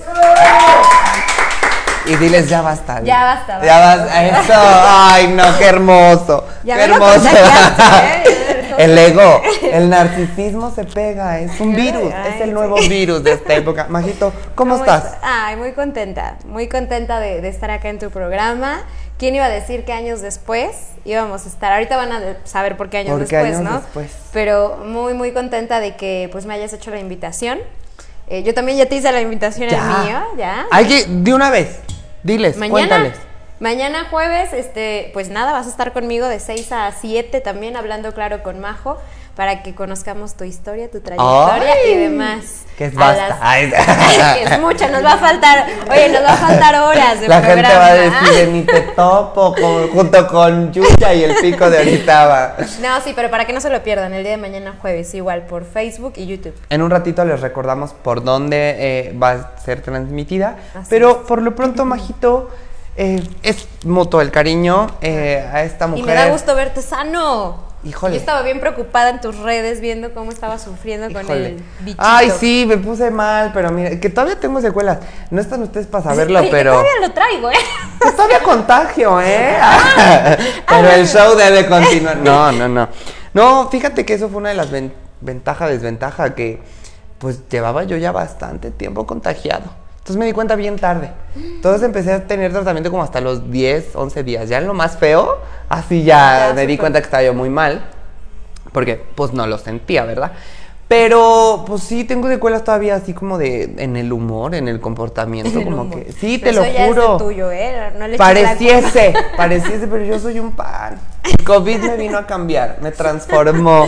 Y diles, ya basta. Ya basta, basta. Ya basta. Eso. Ay, no, qué hermoso. Ya qué me lo hermoso. contagiaste, ¿eh? El ego, el narcisismo se pega. Es un virus. Ay, es el sí. nuevo virus de esta época. Majito, ¿cómo, ¿Cómo estás? estás? Ay, muy contenta. Muy contenta de, de estar acá en tu programa. ¿Quién iba a decir que años después íbamos a estar? Ahorita van a saber por qué años ¿Por qué después, años ¿no? después? Pero muy, muy contenta de que pues me hayas hecho la invitación. Eh, yo también ya te hice la invitación Ya. al mío, ¿ya? Hay que, de una vez, diles, Mañana, cuéntales. mañana jueves, este, pues nada, vas a estar conmigo de seis a siete también hablando claro con Majo para que conozcamos tu historia, tu trayectoria Ay, y demás. que es A basta. las- Ay. Es mucho, nos va a faltar, oye, nos va a faltar horas de La programa. gente va a decir, ni te topo, con- junto con Yuya y el pico de Orizaba. No, sí, pero para que no se lo pierdan, el día de mañana jueves, igual por Facebook y YouTube. En un ratito les recordamos por dónde eh, va a ser transmitida. Así pero es. por lo pronto, Majito, eh, es mutuo el cariño eh, a esta mujer. Y me da gusto verte sano. Híjole. Yo estaba bien preocupada en tus redes viendo cómo estaba sufriendo con Híjole. el bichito. Ay, sí, me puse mal, pero mira, que todavía tengo secuelas. No están ustedes para saberlo, Oye, que pero... todavía lo traigo, ¿eh? Que todavía contagio, ¿eh? Pero el show debe continuar. No, no, no. No, fíjate que eso fue una de las ven- ventaja, desventaja, que pues llevaba yo ya bastante tiempo contagiado. Entonces me di cuenta bien tarde. Entonces empecé a tener tratamiento como hasta los diez, once días. Ya en lo más feo, así ya, Ya, me di súper. cuenta que estaba yo muy mal. Porque pues no lo sentía, ¿verdad? Pero pues sí tengo secuelas todavía así como de en el humor, en el comportamiento, El como humor. que sí, Pero te lo eso ya juro. es de tuyo, ¿eh? No le eches la Pareciese, pareciese, pero yo soy un pan. El COVID me vino a cambiar, me transformó.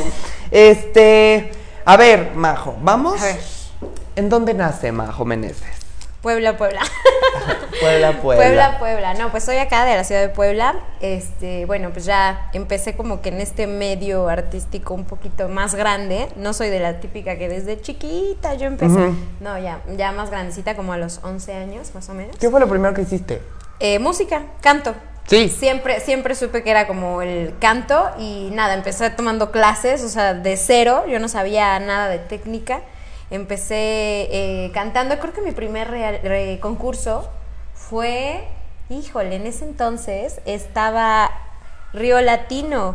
Este, a ver, Majo, vamos. A ver. ¿En dónde nace Majo Meneses? Puebla, Puebla. Puebla, Puebla. Puebla, Puebla. No, pues soy acá de la ciudad de Puebla. Este, bueno, pues ya empecé como que en este medio artístico un poquito más grande. No soy de la típica que desde chiquita yo empecé. Uh-huh. No, ya, ya más grandecita, como a los once años, más o menos. ¿Qué fue lo primero que hiciste? Eh, música, canto. Sí. Siempre, siempre supe que era como el canto y nada, empecé tomando clases, o sea, de cero. Yo no sabía nada de técnica. Empecé eh, cantando. Creo que mi primer real, re, concurso fue, híjole, en ese entonces estaba Río Latino.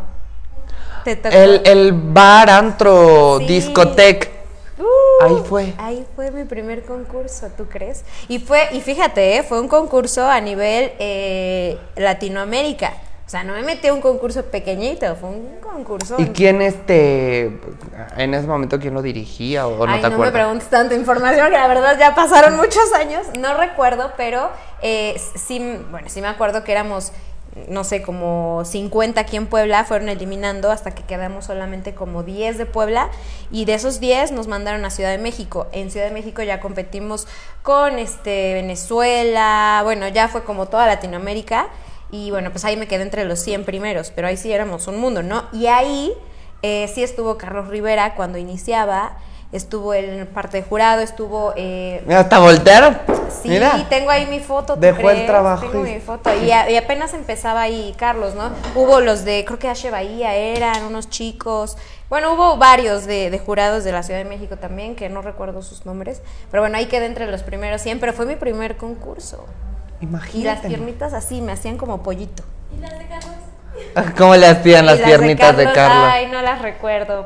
¿Te tocó? El, el bar, antro, Sí. discoteca. Uh, ahí fue. Ahí fue mi primer concurso, ¿tú crees? Y fue, y fíjate, ¿eh? Fue un concurso a nivel eh, Latinoamérica. O sea, no me metí a un concurso pequeñito, fue un concurso. ¿Y quién este, en ese momento, quién lo dirigía o, o no Ay, te no acuerdas? me preguntes tanta información, que la verdad ya pasaron muchos años, no recuerdo, pero eh, sí, bueno, sí me acuerdo que éramos, no sé, como cincuenta aquí en Puebla, fueron eliminando hasta que quedamos solamente como diez de Puebla, y de esos diez nos mandaron a Ciudad de México. En Ciudad de México ya competimos con este Venezuela, bueno, ya fue como toda Latinoamérica. Y bueno, pues ahí me quedé entre los cien primeros, pero ahí sí éramos un mundo, ¿no? Y ahí eh, sí estuvo Carlos Rivera cuando iniciaba, estuvo en parte de jurado, estuvo... Eh, Mira, hasta voltearon. Sí, Mira. tengo ahí mi foto. ¿tú Dejó el crees? trabajo Tengo y- mi foto. Y, a- y apenas empezaba ahí Carlos, ¿no? Hubo los de, creo que H. Bahía eran unos chicos. Bueno, hubo varios de, de jurados de la Ciudad de México también, que no recuerdo sus nombres. Pero bueno, ahí quedé entre los primeros cien, pero fue mi primer concurso. Imagínate. Y las piernitas así, me hacían como pollito. ¿Y las de Carlos? ¿Cómo le hacían las Y piernitas de Carlos? Ay, no las recuerdo.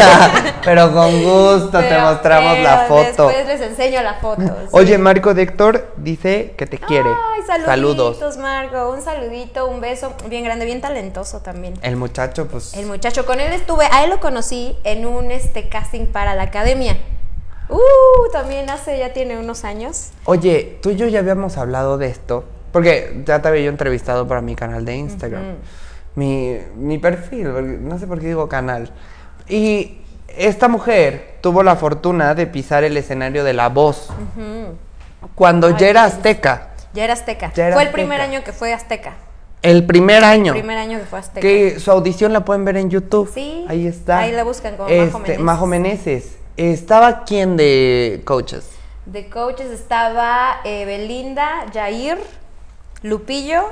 Pero con gusto te Pero- mostramos la pero foto. Después les enseño la foto. sí. Oye, Marco de Héctor dice que te quiere. Ay, saluditos, Saludos. Marco. Un saludito, un beso bien grande, bien talentoso también. El muchacho, pues. El muchacho, con él estuve, a él lo conocí en un este casting para la academia. Uh, también hace, ya tiene unos años. Oye, tú y yo ya habíamos hablado de esto. Porque ya te había yo entrevistado para mi canal de Instagram. Ujú. mi, mi perfil, porque no sé por qué digo canal. Y esta mujer tuvo la fortuna de pisar el escenario de La Voz. Ujú. Cuando Ay, ya era qué Azteca. Ya era Azteca. Ya era Fue el Azteca. primer año que fue Azteca. El primer año. El primer año que fue Azteca. Que su audición la pueden ver en YouTube. Sí, Ahí está. ahí la buscan como este, Majo Meneses. Majo Meneses. Estaba quién de coaches. De coaches estaba eh, Belinda, Jair, Lupillo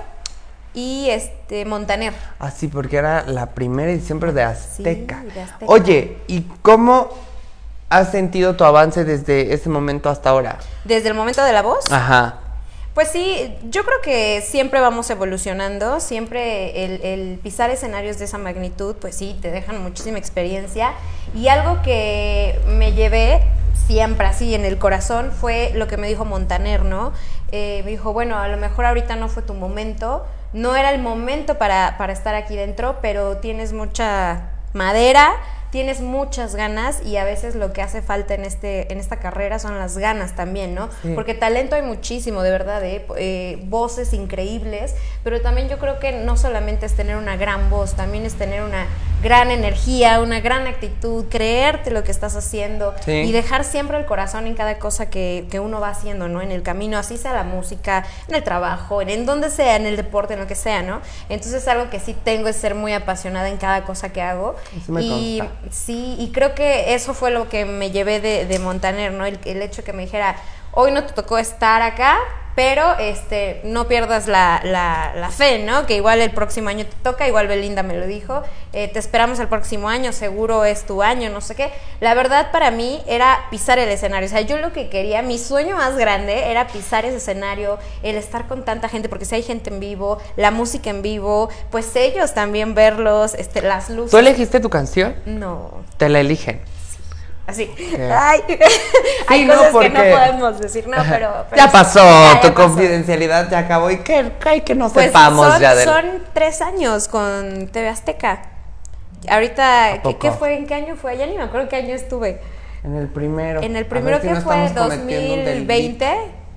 y este Montaner. Así, porque era la primera edición, pero de Azteca. Sí, de Azteca. Oye, ¿y cómo has sentido tu avance desde ese momento hasta ahora? Desde el momento de La Voz. Ajá. Pues sí, yo creo que siempre vamos evolucionando, siempre el, el pisar escenarios de esa magnitud, pues sí, te dejan muchísima experiencia. Y algo que me llevé siempre así en el corazón fue lo que me dijo Montaner, ¿no? Eh, me dijo, bueno, a lo mejor ahorita no fue tu momento, no era el momento para, para estar aquí dentro, pero tienes mucha madera, tienes muchas ganas y a veces lo que hace falta en este en esta carrera son las ganas también, ¿no? Sí. Porque talento hay muchísimo, de verdad, ¿eh? Eh, voces increíbles, pero también yo creo que no solamente es tener una gran voz, también es tener una gran energía, una gran actitud, creerte lo que estás haciendo Sí. y dejar siempre el corazón en cada cosa que, que uno va haciendo, ¿no? En el camino, así sea la música, en el trabajo, en, en donde sea, en el deporte, en lo que sea, ¿no? Entonces algo que sí tengo es ser muy apasionada en cada cosa que hago. Eso me y consta. sí, y creo que eso fue lo que me llevé de, de Montaner, ¿no? El, el hecho que me dijera, hoy no te tocó estar acá, pero este no pierdas la, la, la fe, ¿no? Que igual el próximo año te toca, igual Belinda me lo dijo, eh, te esperamos el próximo año, seguro es tu año, no sé qué. La verdad para mí era pisar el escenario, o sea, yo lo que quería, mi sueño más grande era pisar ese escenario, el estar con tanta gente, porque si hay gente en vivo, la música en vivo, pues ellos también verlos, este, las luces. ¿Tú elegiste tu canción? No. Te la eligen. Así. ¿Qué? Ay, hay no, cosas porque- que no podemos decir, no, pero, pero ya sí, pasó, ya, ya tu pasó. confidencialidad ya acabó. ¿Y qué, qué, que no Pues sepamos son, ya del... son tres años con T V Azteca. Ahorita, ¿qué, poco? qué fue? ¿En qué año fue? Ya ni me acuerdo en qué año estuve. En el primero. En el A primero ver si que no fue estamos cometiendo un dos mil delito. veinte.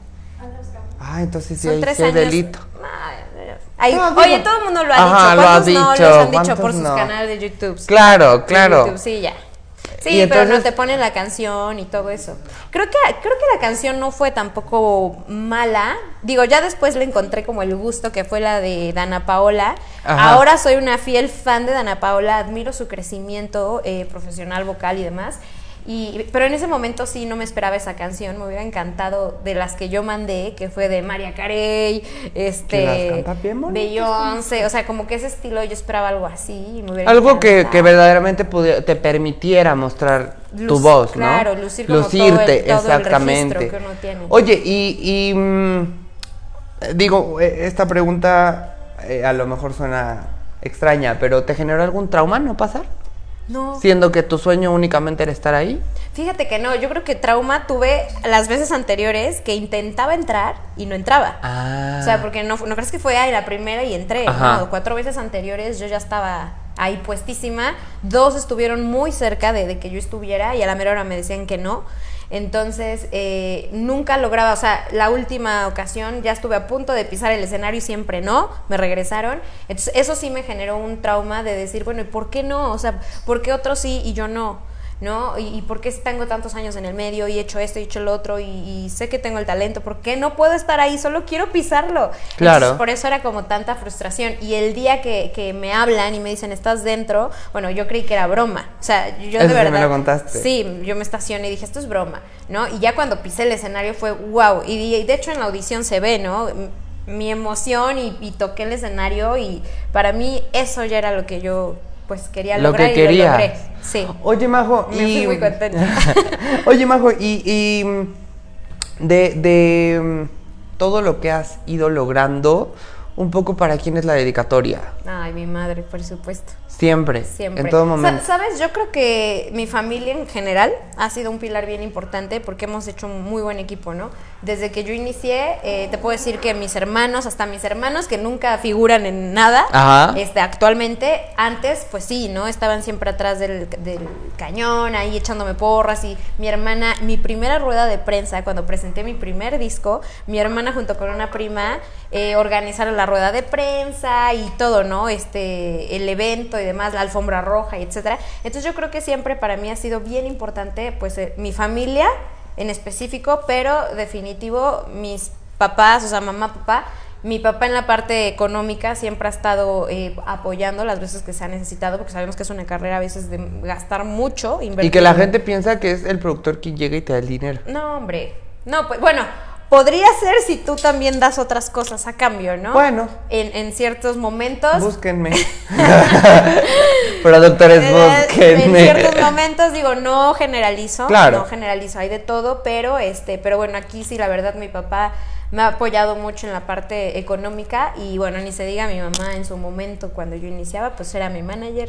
Ah, entonces sí Son hay, tres sí hay años. delito. Ay, No, oye, digo- todo el mundo lo ha Ajá, dicho. lo ha ¿Cuántos no dicho? los han dicho por ¿Cuántos sus no? canales de YouTube? Claro, De claro. YouTube, sí, ya. Sí, Y pero entonces- no te ponen la canción y todo eso. Creo que, creo que la canción no fue tampoco mala. Digo, ya después le encontré como el gusto, que fue la de Dana Paola. Ajá. Ahora soy una fiel fan de Dana Paola, admiro su crecimiento eh, profesional, vocal y demás. Y, pero en ese momento sí no me esperaba esa canción, me hubiera encantado de las que yo mandé, que fue de Mariah Carey, Que este, las canta bien bonitas. Beyoncé, o sea, como que ese estilo yo esperaba algo así. Y me hubiera Algo que, encantado. que verdaderamente pudi- te permitiera mostrar tu Luz- voz, ¿no? claro, lucir como Lucirte, todo el- todo el exactamente. registro que uno tiene. Oye, y, y, mm, digo, eh, esta pregunta eh, a lo mejor suena extraña, pero ¿te generó algún trauma no pasar? No. Siendo que tu sueño únicamente era estar ahí. Fíjate que no, yo creo que trauma tuve las veces anteriores que intentaba entrar y no entraba. Ah. O sea, porque no, no crees que fue ahí la primera y entré. Ajá. No, cuatro veces anteriores yo ya estaba ahí puestísima. Dos estuvieron muy cerca de, de que yo estuviera y a la mera hora me decían que no. Entonces, eh, nunca lograba, o sea, la última ocasión ya estuve a punto de pisar el escenario y siempre no, me regresaron. Entonces, eso sí me generó un trauma de decir, bueno, ¿y por qué no? O sea, ¿por qué otros sí y yo no? ¿No? ¿Y, y por qué tengo tantos años en el medio y he hecho esto y he hecho lo otro y, y sé que tengo el talento? ¿Por qué no puedo estar ahí? Solo quiero pisarlo. Claro. Entonces, por eso era como tanta frustración. Y el día que, que me hablan y me dicen, ¿estás dentro? Bueno, yo creí que era broma. O sea, yo Eso de sí verdad... me lo contaste. Sí, yo me estacioné y dije, esto es broma, ¿no? Y ya cuando pisé el escenario fue wow. Y, y de hecho en la audición se ve, ¿no? Mi emoción y, y toqué el escenario y para mí eso ya era lo que yo... pues quería Lo lograr que y lo querías. logré. Sí. Oye, Majo, Me y... fui muy contenta. Oye, Majo, y, y mm, de, de mm, todo lo que has ido logrando, un poco para quién es la dedicatoria. Ay, mi madre, por supuesto. Siempre, Siempre. en todo Sa- momento. ¿Sabes? Yo creo que mi familia en general ha sido un pilar bien importante porque hemos hecho un muy buen equipo, ¿no? Desde que yo inicié, eh, te puedo decir que mis hermanos, hasta mis hermanos que nunca figuran en nada, Ajá. este, actualmente, antes, pues sí, ¿no? Estaban siempre atrás del, del cañón, ahí echándome porras y mi hermana, mi primera rueda de prensa, cuando presenté mi primer disco, mi hermana junto con una prima eh, organizaron la rueda de prensa y todo, ¿no? Este, el evento y demás, la alfombra roja y etcétera. Entonces yo creo que siempre para mí ha sido bien importante, pues, eh, mi familia en específico, pero definitivo mis papás, o sea, mamá, papá. Mi papá en la parte económica siempre ha estado eh, apoyando las veces que se ha necesitado, porque sabemos que es una carrera a veces de gastar mucho, invertir. Y que la gente piensa que es el productor quien llega y te da el dinero. No, hombre. No, pues bueno, podría ser si tú también das otras cosas a cambio, ¿no? Bueno. En, en ciertos momentos. Búsquenme. Productores, Eh, búsquenme. En ciertos momentos, digo, no generalizo, Claro. no generalizo, hay de todo, pero este, pero bueno, aquí sí la verdad mi papá me ha apoyado mucho en la parte económica y bueno, ni se diga mi mamá en su momento cuando yo iniciaba, pues era mi manager,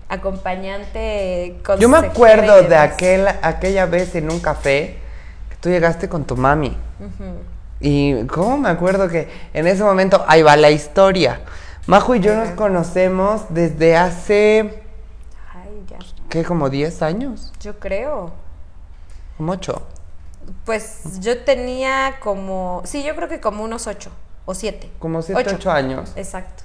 acompañante, Yo me consejera y acuerdo de demás. aquel, aquella vez en un café que tú llegaste con tu mami. Ujú. Y cómo me acuerdo que en ese momento, ahí va la historia. Majo y yo nos conocemos desde hace, Ay, ya, ¿qué? Como diez años, yo creo. como ocho. Pues yo tenía como, sí, yo creo que como unos ocho o siete. Como siete, ocho años. Exacto.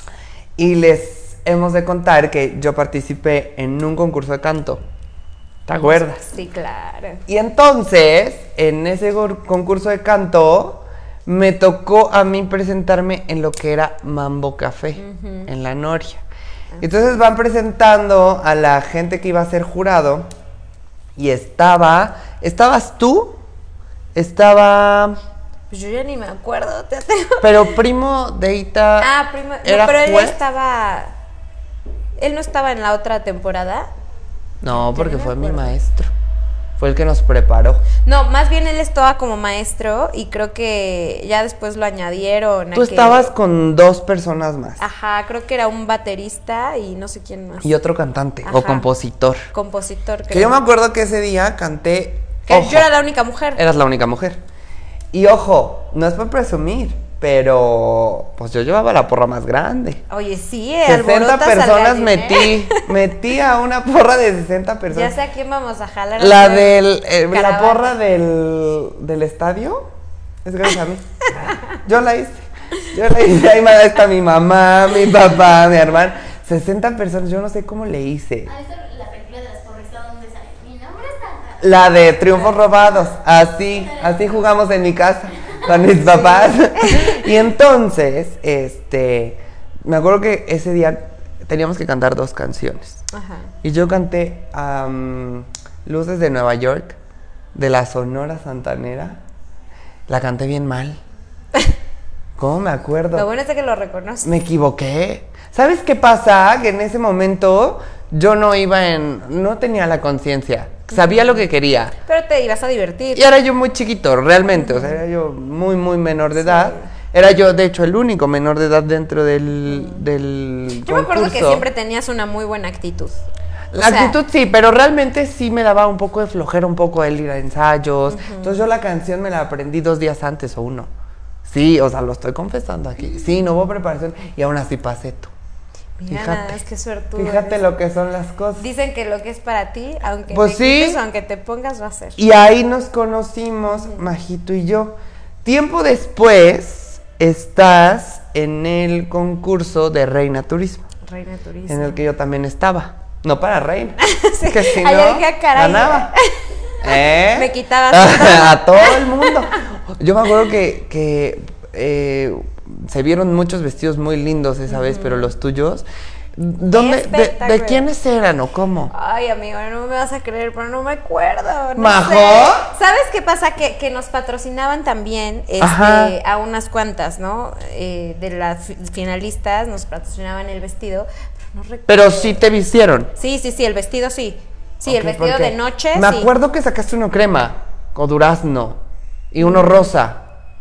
Y les hemos de contar que yo participé en un concurso de canto. ¿Te acuerdas? Sí, claro. Y entonces, en ese gor- concurso de canto, me tocó a mí presentarme en lo que era Mambo Café, Ujú. en la Noria. Entonces van presentando a la gente que iba a ser jurado. Y estaba, ¿estabas tú? Estaba, Pues yo ya ni me acuerdo. Te pero Primo Deita Ah, primo. No, ¿era pero él juez? estaba. Él no estaba en la otra temporada. No, Ya porque no me fue mi acuerdo. maestro. Fue el que nos preparó. No, más bien él estaba como maestro y creo que ya después lo añadieron. a Tú que- estabas con dos personas más. Ajá, creo que era un baterista y no sé quién más. Y otro cantante o Ajá. compositor. Compositor, Que yo me acuerdo que ese día canté. Que ojo, yo era la única mujer. Eras la única mujer. Y ojo, no es por presumir, pero pues yo llevaba la porra más grande. Oye, sí, eh, sesenta alborotas al personas gallinero. metí. Metí a una porra de sesenta Ya personas. sé a quién vamos a jalar. a La hacer del. eh, la caravana. porra del. del estadio. Es gracias a mí. Yo la hice. Yo la hice. Ahí me está mi mamá, mi papá, mi hermano. sesenta personas. Yo no sé cómo le hice. Ah, esta, la película de las porristas, ¿dónde sale? La de Triunfos Robados. Así, así jugamos en mi casa con mis papás. Y entonces, este, me acuerdo que ese día teníamos que cantar dos canciones. Ajá. Y yo canté um, Luces de Nueva York, de la Sonora Santanera. La canté bien mal. ¿Cómo me acuerdo? Lo bueno es que lo reconoces. Me equivoqué. ¿Sabes qué pasa? Que en ese momento yo no iba en... No tenía la conciencia. Sabía lo que quería. Pero te ibas a divertir. Y era yo muy chiquito, realmente. O sea, era yo muy, muy menor de edad. Era yo, de hecho, el único menor de edad dentro del, del Yo me acuerdo que concurso. siempre tenías una muy buena actitud. La O sea, actitud sí, pero realmente sí me daba un poco de flojera, un poco el ir a ensayos. Uh-huh. Entonces yo la canción me la aprendí dos días antes o uno. Sí, o sea, lo estoy confesando aquí. Sí, no hubo preparación y aún así pasé tú. Mira, Fíjate, nada, es que suerte. fíjate lo que son las cosas. Dicen que lo que es para ti, aunque Pues te sí. quites o aunque te pongas, va a ser. Y ahí nos conocimos, uh-huh. Majito y yo. Tiempo después estás en el concurso de Reina Turismo. Reina Turismo. En el que yo también estaba. No para reina. Sí. Que si Ay, no, yo dije, caray. ganaba. ¿Eh? Me quitabas a todo el mundo. Yo me acuerdo que, que eh, se vieron muchos vestidos muy lindos esa uh-huh. vez, pero los tuyos, ¿dónde, de, ¿de quiénes eran o cómo? Ay, amigo, no me vas a creer, pero no me acuerdo. No ¿Majo? sé. ¿Sabes qué pasa? Que, que nos patrocinaban también este, a unas cuantas, ¿no? Eh, de las fi- finalistas nos patrocinaban el vestido. No recuerdo. Pero sí te vistieron. Sí, sí, sí, el vestido sí. Sí, Okay, el vestido porque de noche. Me sí. acuerdo que sacaste uno crema o durazno y uno rosa.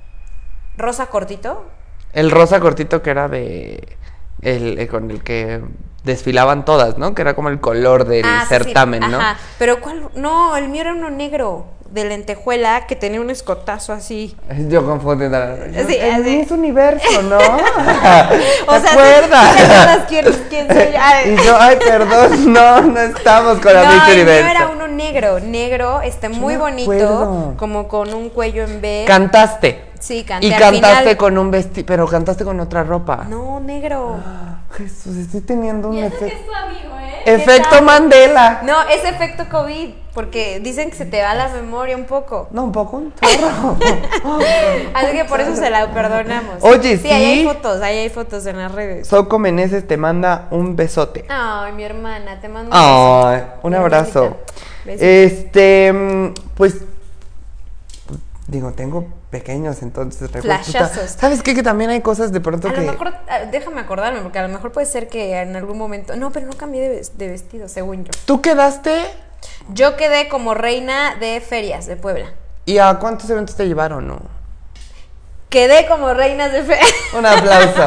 ¿Rosa cortito? El rosa cortito que era de el, el con el que desfilaban todas, ¿no? Que era como el color del ah, certamen, sí, sí. ¿no? Ajá. Pero ¿cuál? No, el mío era uno negro de lentejuela que tenía un escotazo así. Yo confundiendo. Sí, en así. Miss Universo, ¿no? O ¿Te sea, acuerdas? ¿sí te acuerdas quién, quién soy? Ay. Y yo, ay, perdón, no, no estamos con la No, Miss el mío Universo. era uno negro, negro, este, muy me bonito, acuerdo. como con un cuello en B. Cantaste. Sí, canté. Y al cantaste final. con un vestido, pero cantaste con otra ropa. No, negro. Jesús, estoy teniendo un Y eso que efecto. es tu amigo, ¿eh? Efecto tal? Mandela. No, es efecto COVID, porque dicen que se te va la memoria un poco. No, un poco, un chorro. Así que por eso se la perdonamos. Oye, sí. sí. Ahí hay fotos, ahí hay fotos en las redes. Soco Meneses te manda un besote. Ay, mi hermana, te mando un beso. Ay, un Mi abrazo. hermanita. Besito. Este, mm, pues, digo, tengo pequeños, entonces recuerdo. Flashazos. ¿Sabes qué? Que también hay cosas de pronto A que... lo mejor, ah, déjame acordarme, porque a lo mejor puede ser que en algún momento... No, pero no cambié de, ves- de vestido, según yo. ¿Tú quedaste? Yo quedé como reina de ferias de Puebla. ¿Y a cuántos eventos te llevaron, no? Quedé como reina de ferias. Un aplauso.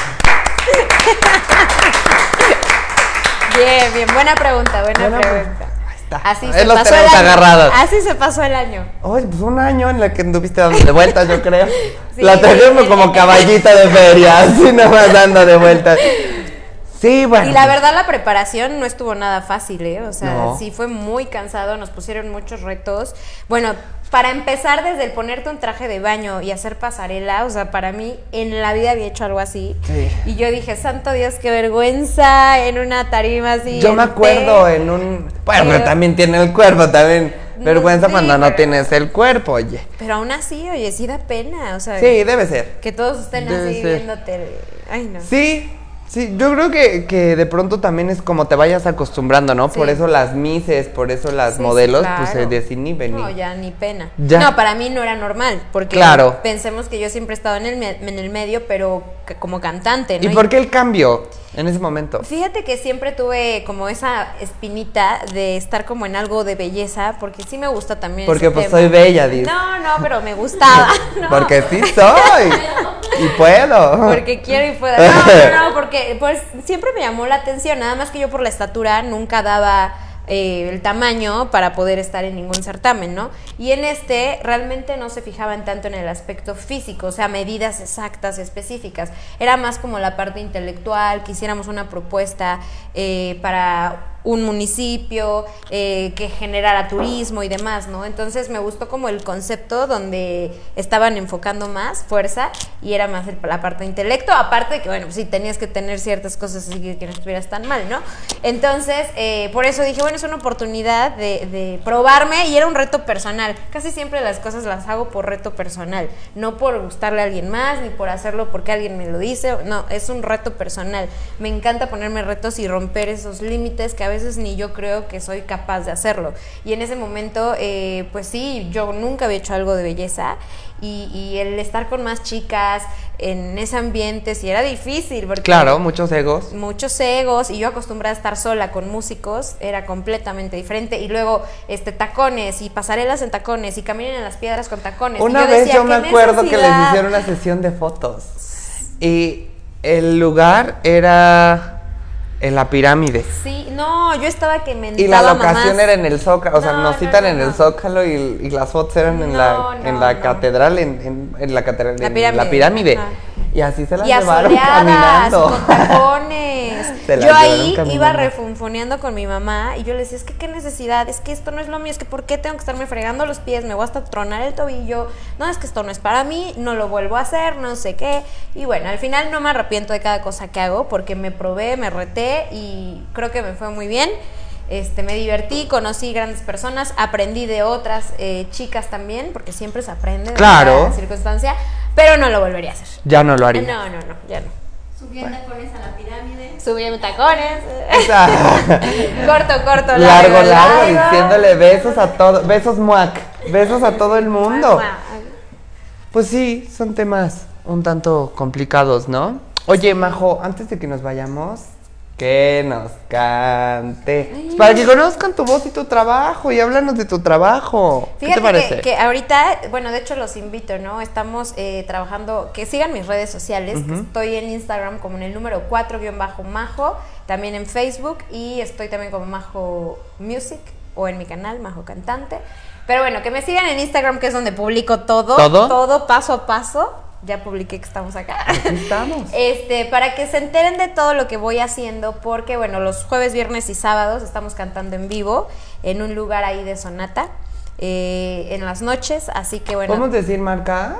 Bien, bien, buena pregunta, buena Buena pregunta. Ahí está. Así Ahí se los pasó el tenemos año. agarrados. Así se pasó el año. Oye, pues un año en el que anduviste dando de vueltas, yo creo. Sí, La tenemos sí, como sí. caballita de feria, así nomás dando de vueltas. Sí, bueno. Y la verdad la preparación no estuvo nada fácil, ¿eh? O sea, No. sí fue muy cansado, nos pusieron muchos retos. Bueno, para empezar desde el ponerte un traje de baño y hacer pasarela, o sea, para mí en la vida había hecho algo así. Sí. Y yo dije, santo Dios, qué vergüenza en una tarima así. Yo me en acuerdo té. en un... Bueno, pero Pero- también tiene el cuerpo, también. Vergüenza sí, cuando no pero- tienes el cuerpo, oye. Pero aún así, oye, sí da pena, o sea, Sí, debe ser. que todos estén Debe así ser. viéndote. Ay, no. Sí, sí, yo creo que, que de pronto también es como te vayas acostumbrando, ¿no? Sí. Por eso las mises, por eso las Sí, modelos, sí, pues se claro. desinhiben. No, y- ya ni pena. Ya. No, para mí no era normal, porque Claro. pensemos que yo siempre he estado en el, me- en el medio, pero que- como cantante, ¿no? ¿Y por qué el cambio en ese momento? Fíjate que siempre tuve como esa espinita de estar como en algo de belleza, porque sí me gusta también Porque ese pues tema. soy bella, dice. No, no, pero me gustaba. No. Porque sí soy. Y puedo. Porque quiero y puedo. No, no, no, porque pues siempre me llamó la atención, nada más que yo por la estatura nunca daba eh, el tamaño para poder estar en ningún certamen, ¿no? Y en este realmente no se fijaban tanto en el aspecto físico, o sea, medidas exactas, específicas. Era más como la parte intelectual, que hiciéramos una propuesta eh, para un municipio, eh, que generara turismo y demás, ¿no? Entonces me gustó como el concepto donde estaban enfocando más fuerza y era más el, la parte de intelecto, aparte de que, bueno, pues sí, tenías que tener ciertas cosas así que, que no estuvieras tan mal, ¿no? Entonces, eh, por eso dije, bueno, es una oportunidad de, de probarme y era un reto personal. Casi siempre las cosas las hago por reto personal, no por gustarle a alguien más, ni por hacerlo porque alguien me lo dice, no, es un reto personal. Me encanta ponerme retos y romper esos límites que a veces ni yo creo que soy capaz de hacerlo. Y en ese momento, eh, pues sí, yo nunca había hecho algo de belleza y, y el estar con más chicas en ese ambiente sí era difícil. Porque claro, muchos egos. Muchos egos y yo acostumbrada a estar sola con músicos, era completamente diferente. Y luego este tacones y pasarelas en tacones y caminen en las piedras con tacones. Una y yo vez decía, yo me acuerdo necesidad? que les hicieron una sesión de fotos y el lugar era en la pirámide. Sí, no, yo estaba que mentaba y la locación mamás. era en el Zócalo, o sea, No, nos no, citan no, en no. el Zócalo y, y las fotos eran en No, la no, en la no. catedral, en, en, en la catedral, La en pirámide. la pirámide. Ajá. Y así se las Y llevaron asoleadas, caminando. con tacones. Se las Yo llevaron ahí caminando. iba refunfuneando con mi mamá y yo le decía, es que qué necesidad, es que esto no es lo mío, es que ¿por qué tengo que estarme fregando los pies? Me voy hasta tronar el tobillo. No, es que esto no es para mí, no lo vuelvo a hacer, no sé qué. Y bueno, al final no me arrepiento de cada cosa que hago porque me probé, me reté y creo que me fue muy bien. Este, me divertí, conocí grandes personas, aprendí de otras eh, chicas también, porque siempre se aprende de Claro. la circunstancia, pero no lo volvería a hacer. Ya no lo haría. No, no, no, ya no. Subí en tacones a la pirámide. Subí en tacones. O sea, corto, corto, largo, largo, largo, diciéndole besos a todo, besos muac, besos a todo el mundo. Pues sí, son temas un tanto complicados, ¿no? Oye, Majo, antes de que nos vayamos, que nos cante. Pues para que conozcan tu voz y tu trabajo y háblanos de tu trabajo. ¿Qué te Fíjate parece? que, que ahorita, bueno, de hecho los invito, ¿no? Estamos eh, trabajando, que sigan mis redes sociales, que Ujú. estoy en Instagram como en el número cuatro guión bajo Majo, también en Facebook y estoy también como Majo Music o en mi canal Majo Cantante. Pero bueno, que me sigan en Instagram, que es donde publico todo, ¿Todo? todo paso a paso. Ya publiqué que estamos acá. Aquí estamos. Este, para que se enteren de todo lo que voy haciendo, porque bueno, los jueves, viernes y sábados estamos cantando en vivo en un lugar ahí de Sonata, eh, en las noches, así que bueno. ¿Podemos decir marcas?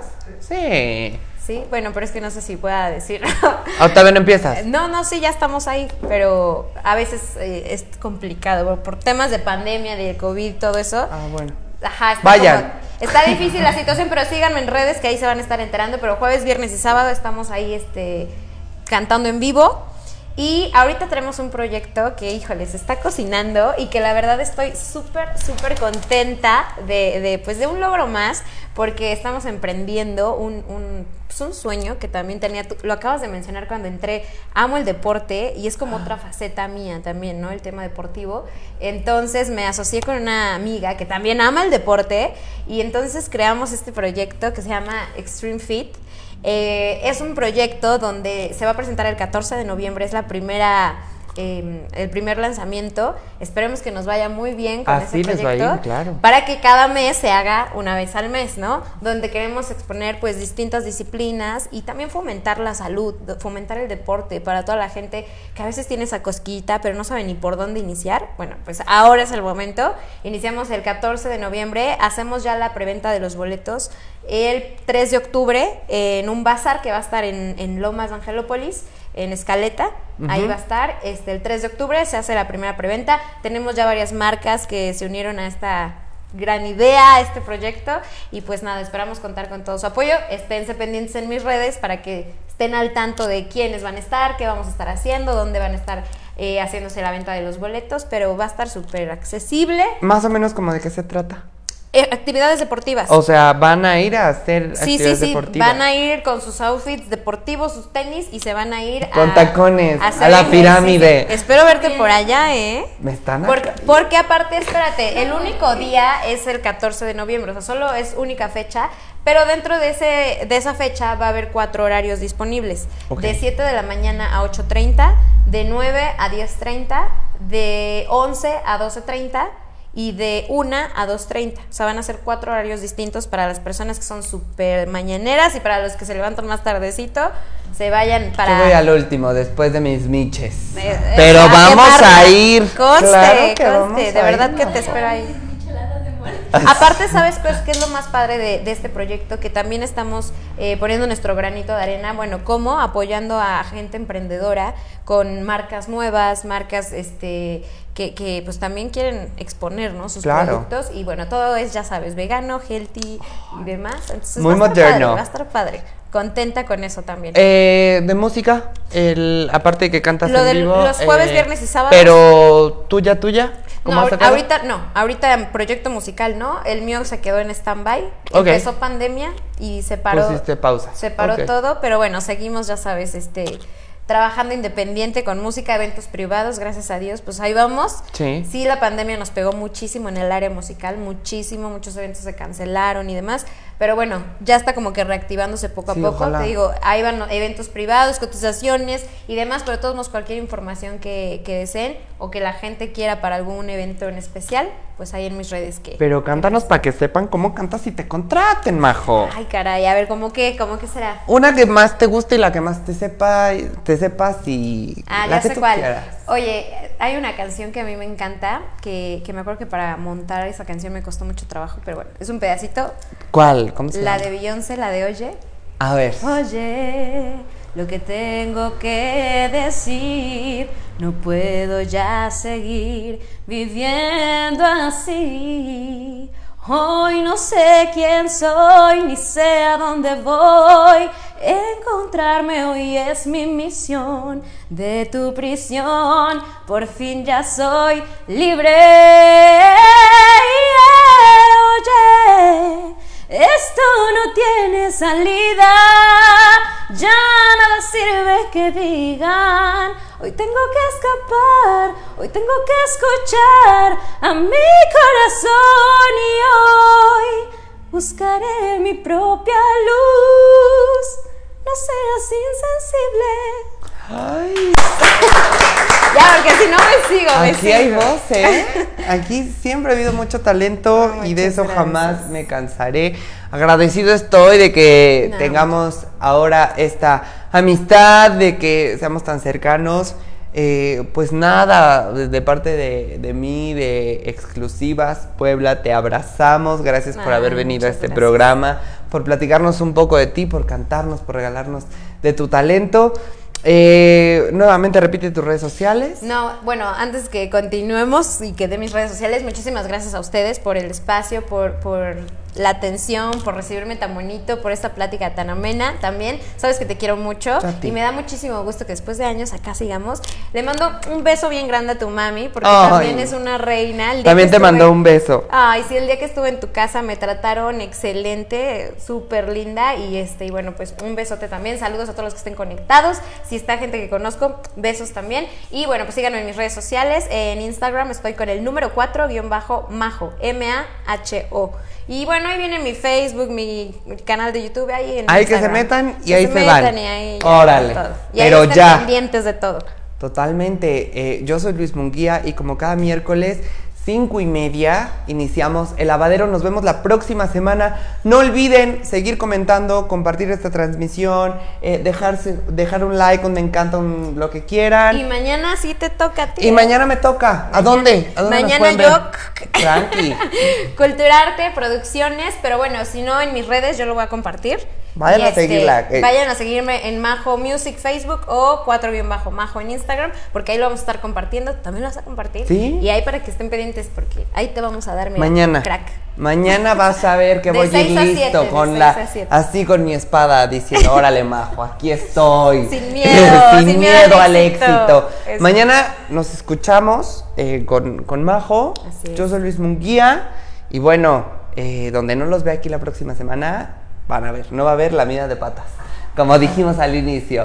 Sí. Sí, bueno, pero es que no sé si pueda decir. ¿O todavía no empiezas? No, no, sí, ya estamos ahí, pero a veces eh, es complicado por, por temas de pandemia, de COVID, todo eso. Ah, bueno. Ajá, está Vayan. como- está difícil la situación, pero síganme en redes que ahí se van a estar enterando. Pero jueves, viernes y sábado estamos ahí este, cantando en vivo. Y ahorita tenemos un proyecto que, híjole, se está cocinando y que la verdad estoy súper, súper contenta de, de, pues, de un logro más, porque estamos emprendiendo un, un, pues un sueño que también tenía, tú lo acabas de mencionar cuando entré, amo el deporte y es como otra faceta mía también, ¿no? El tema deportivo. Entonces me asocié con una amiga que también ama el deporte y entonces creamos este proyecto que se llama Extreme Fit. Eh, es un proyecto donde se va a presentar el catorce de noviembre, es la primera, eh, el primer lanzamiento. Esperemos que nos vaya muy bien con Así este les va a proyecto, ir, claro. para que cada mes se haga una vez al mes, ¿no? Donde queremos exponer pues distintas disciplinas y también fomentar la salud, fomentar el deporte para toda la gente que a veces tiene esa cosquillita pero no sabe ni por dónde iniciar. Bueno, pues ahora es el momento. Iniciamos el catorce de noviembre, hacemos ya la preventa de los boletos el tres de octubre en un bazar que va a estar en, en Lomas de Angelópolis, en Escaleta. Uh-huh. Ahí va a estar. Este, el tres de octubre se hace la primera preventa. Tenemos ya varias marcas que se unieron a esta gran idea, a este proyecto. Y pues nada, esperamos contar con todo su apoyo. Esténse pendientes en mis redes para que estén al tanto de quiénes van a estar, qué vamos a estar haciendo, dónde van a estar eh, haciéndose la venta de los boletos. Pero va a estar súper accesible. Más o menos, como de qué se trata. Eh, actividades deportivas. O sea, van a ir a hacer Sí, sí, actividades sí, deportivas. van a ir con sus outfits deportivos, sus tenis y se van a ir con a, tacones, a, a, hacer la ejercicio. pirámide. Espero verte por allá, ¿eh? Me están Porque, acá. porque aparte, espérate, el único día es el catorce de noviembre, o sea, solo es única fecha, pero dentro de ese de esa fecha va a haber cuatro horarios disponibles. Okay. De siete de la mañana a ocho treinta, de nueve a diez treinta, de once a doce treinta y de una a dos treinta. O sea, van a ser cuatro horarios distintos para las personas que son súper mañaneras y para los que se levantan más tardecito, se vayan para... Yo voy al último, después de mis miches. Eh, Pero a vamos quemarme. a ir. Conste, Claro que conste, vamos de a verdad ir. que te espero ahí. Aparte, ¿sabes pues, qué es lo más padre de, de este proyecto? Que también estamos eh, poniendo nuestro granito de arena. Bueno, ¿cómo? Apoyando a gente emprendedora con marcas nuevas, marcas este que, que pues también quieren exponer, ¿no? Sus Claro. productos. Y bueno, todo es, ya sabes, vegano, healthy y demás. Entonces, Muy va a estar moderno. padre, va a estar padre. Contenta con eso también. Eh, de música, el, aparte de que cantas Lo en de vivo. los jueves, eh, viernes y sábados. Pero tuya, tuya. ¿Cómo No, has sacado? ahorita no, ahorita en proyecto musical no, el mío se quedó en stand-by, Ok. empezó pandemia y se paró, Pusiste pausa. se paró Ok. todo, pero bueno, seguimos, ya sabes, este, trabajando independiente con música, eventos privados, gracias a Dios, pues ahí vamos. Sí. Sí, la pandemia nos pegó muchísimo en el área musical, muchísimo, muchos eventos se cancelaron y demás, pero bueno, ya está como que reactivándose poco a Sí, poco, ojalá. te digo, ahí van eventos privados, cotizaciones y demás, pero de todos modos cualquier información que, que deseen o que la gente quiera para algún evento en especial, pues ahí en mis redes que... Pero cántanos para que sepan cómo cantas y te contraten, majo. Ay, caray, a ver, ¿cómo qué? ¿Cómo qué será? Una que más te guste y la que más te sepa, te sepas y Ah, la ya que sé tú cuál. quieras. Oye, hay una canción que a mí me encanta, que, que me acuerdo que para montar esa canción me costó mucho trabajo, pero bueno, es un pedacito. ¿Cuál? ¿Cómo se La llama? de Beyoncé, la de Oye. A ver. Oye, lo que tengo que decir, no puedo ya seguir viviendo así. Hoy no sé quién soy, ni sé a dónde voy. Encontrarme hoy es mi misión. De tu prisión, por fin ya soy libre. Oye, esto no tiene salida, ya nada sirve que digan. Hoy tengo que escapar, hoy tengo que escuchar a mi corazón y hoy buscaré mi propia luz. No seas insensible. Ay, Ya, porque si no me sigo, me aquí sigo. hay voz, ¿eh? Aquí siempre ha habido mucho talento Ay, y de muchas eso gracias. jamás me cansaré. Agradecido estoy de que No. tengamos ahora esta amistad, de que seamos tan cercanos. Eh, pues nada, de parte de, de mí, de Exclusivas Puebla, te abrazamos. Gracias por Ay, haber venido a muchas este gracias. programa, por platicarnos un poco de ti, por cantarnos, por regalarnos de tu talento. Eh, nuevamente repite tus redes sociales. No, bueno, antes que continuemos y que dé mis redes sociales, muchísimas gracias a ustedes por el espacio, por, por la atención, por recibirme tan bonito, por esta plática tan amena también. Sabes que te quiero mucho A ti. y me da muchísimo gusto que después de años acá sigamos. Le mando un beso bien grande a tu mami porque Ay. también es una reina. El día También que te estuve- mandó un beso. Ay, sí, el día que estuve en tu casa me trataron excelente, súper linda y este y bueno, pues un besote también, saludos a todos los que estén conectados, si está gente que conozco, besos también y bueno, pues síganme en mis redes sociales, en Instagram estoy con el número cuatro guión bajo majo, M A H O y bueno, ahí viene mi Facebook, mi, mi canal de YouTube, ahí en Ahí que Instagram. se metan y Que ahí se se metan van. y ahí ya, Órale, todo. Y pero ahí están ya. pendientes de todo. Totalmente. Eh, yo soy Luis Munguía y como cada miércoles, cinco y media, iniciamos El Lavadero. Nos vemos la próxima semana. No olviden seguir comentando, compartir esta transmisión, eh, dejarse, dejar un like, un me encanta, un, lo que quieran. Y mañana sí te toca a ti. Y mañana me toca. ¿A dónde? ¿A dónde nos Mañana pueden yo. ver? Tranqui. Culturarte, producciones, pero bueno, si no en mis redes yo lo voy a compartir. Vayan Y, a este, seguirla, eh. Vayan a seguirme en Majo Music Facebook o cuatro guión bajo Majo en Instagram, porque ahí lo vamos a estar compartiendo. También lo vas a compartir. ¿Sí? Y ahí para que estén pendientes, porque ahí te vamos a dar, mira, Mañana. crack. Mañana vas a ver que De voy a ir seis a listo siete, de con seis la a siete. así con mi espada diciendo, órale, majo, aquí estoy. Sin miedo, sin, sin miedo, miedo al al éxito. éxito. Eso. Mañana nos escuchamos eh, con, con Majo. Así es. Yo soy Luis Munguía. Y bueno, eh, donde no los vea aquí la próxima semana, van a ver, no va a haber la mida de patas. Como dijimos al inicio.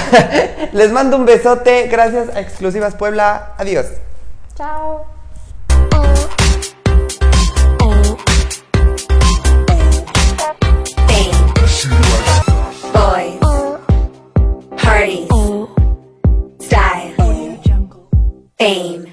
Les mando un besote. Gracias a Exclusivas Puebla. Adiós. Chao. Boys, parties, style, fame.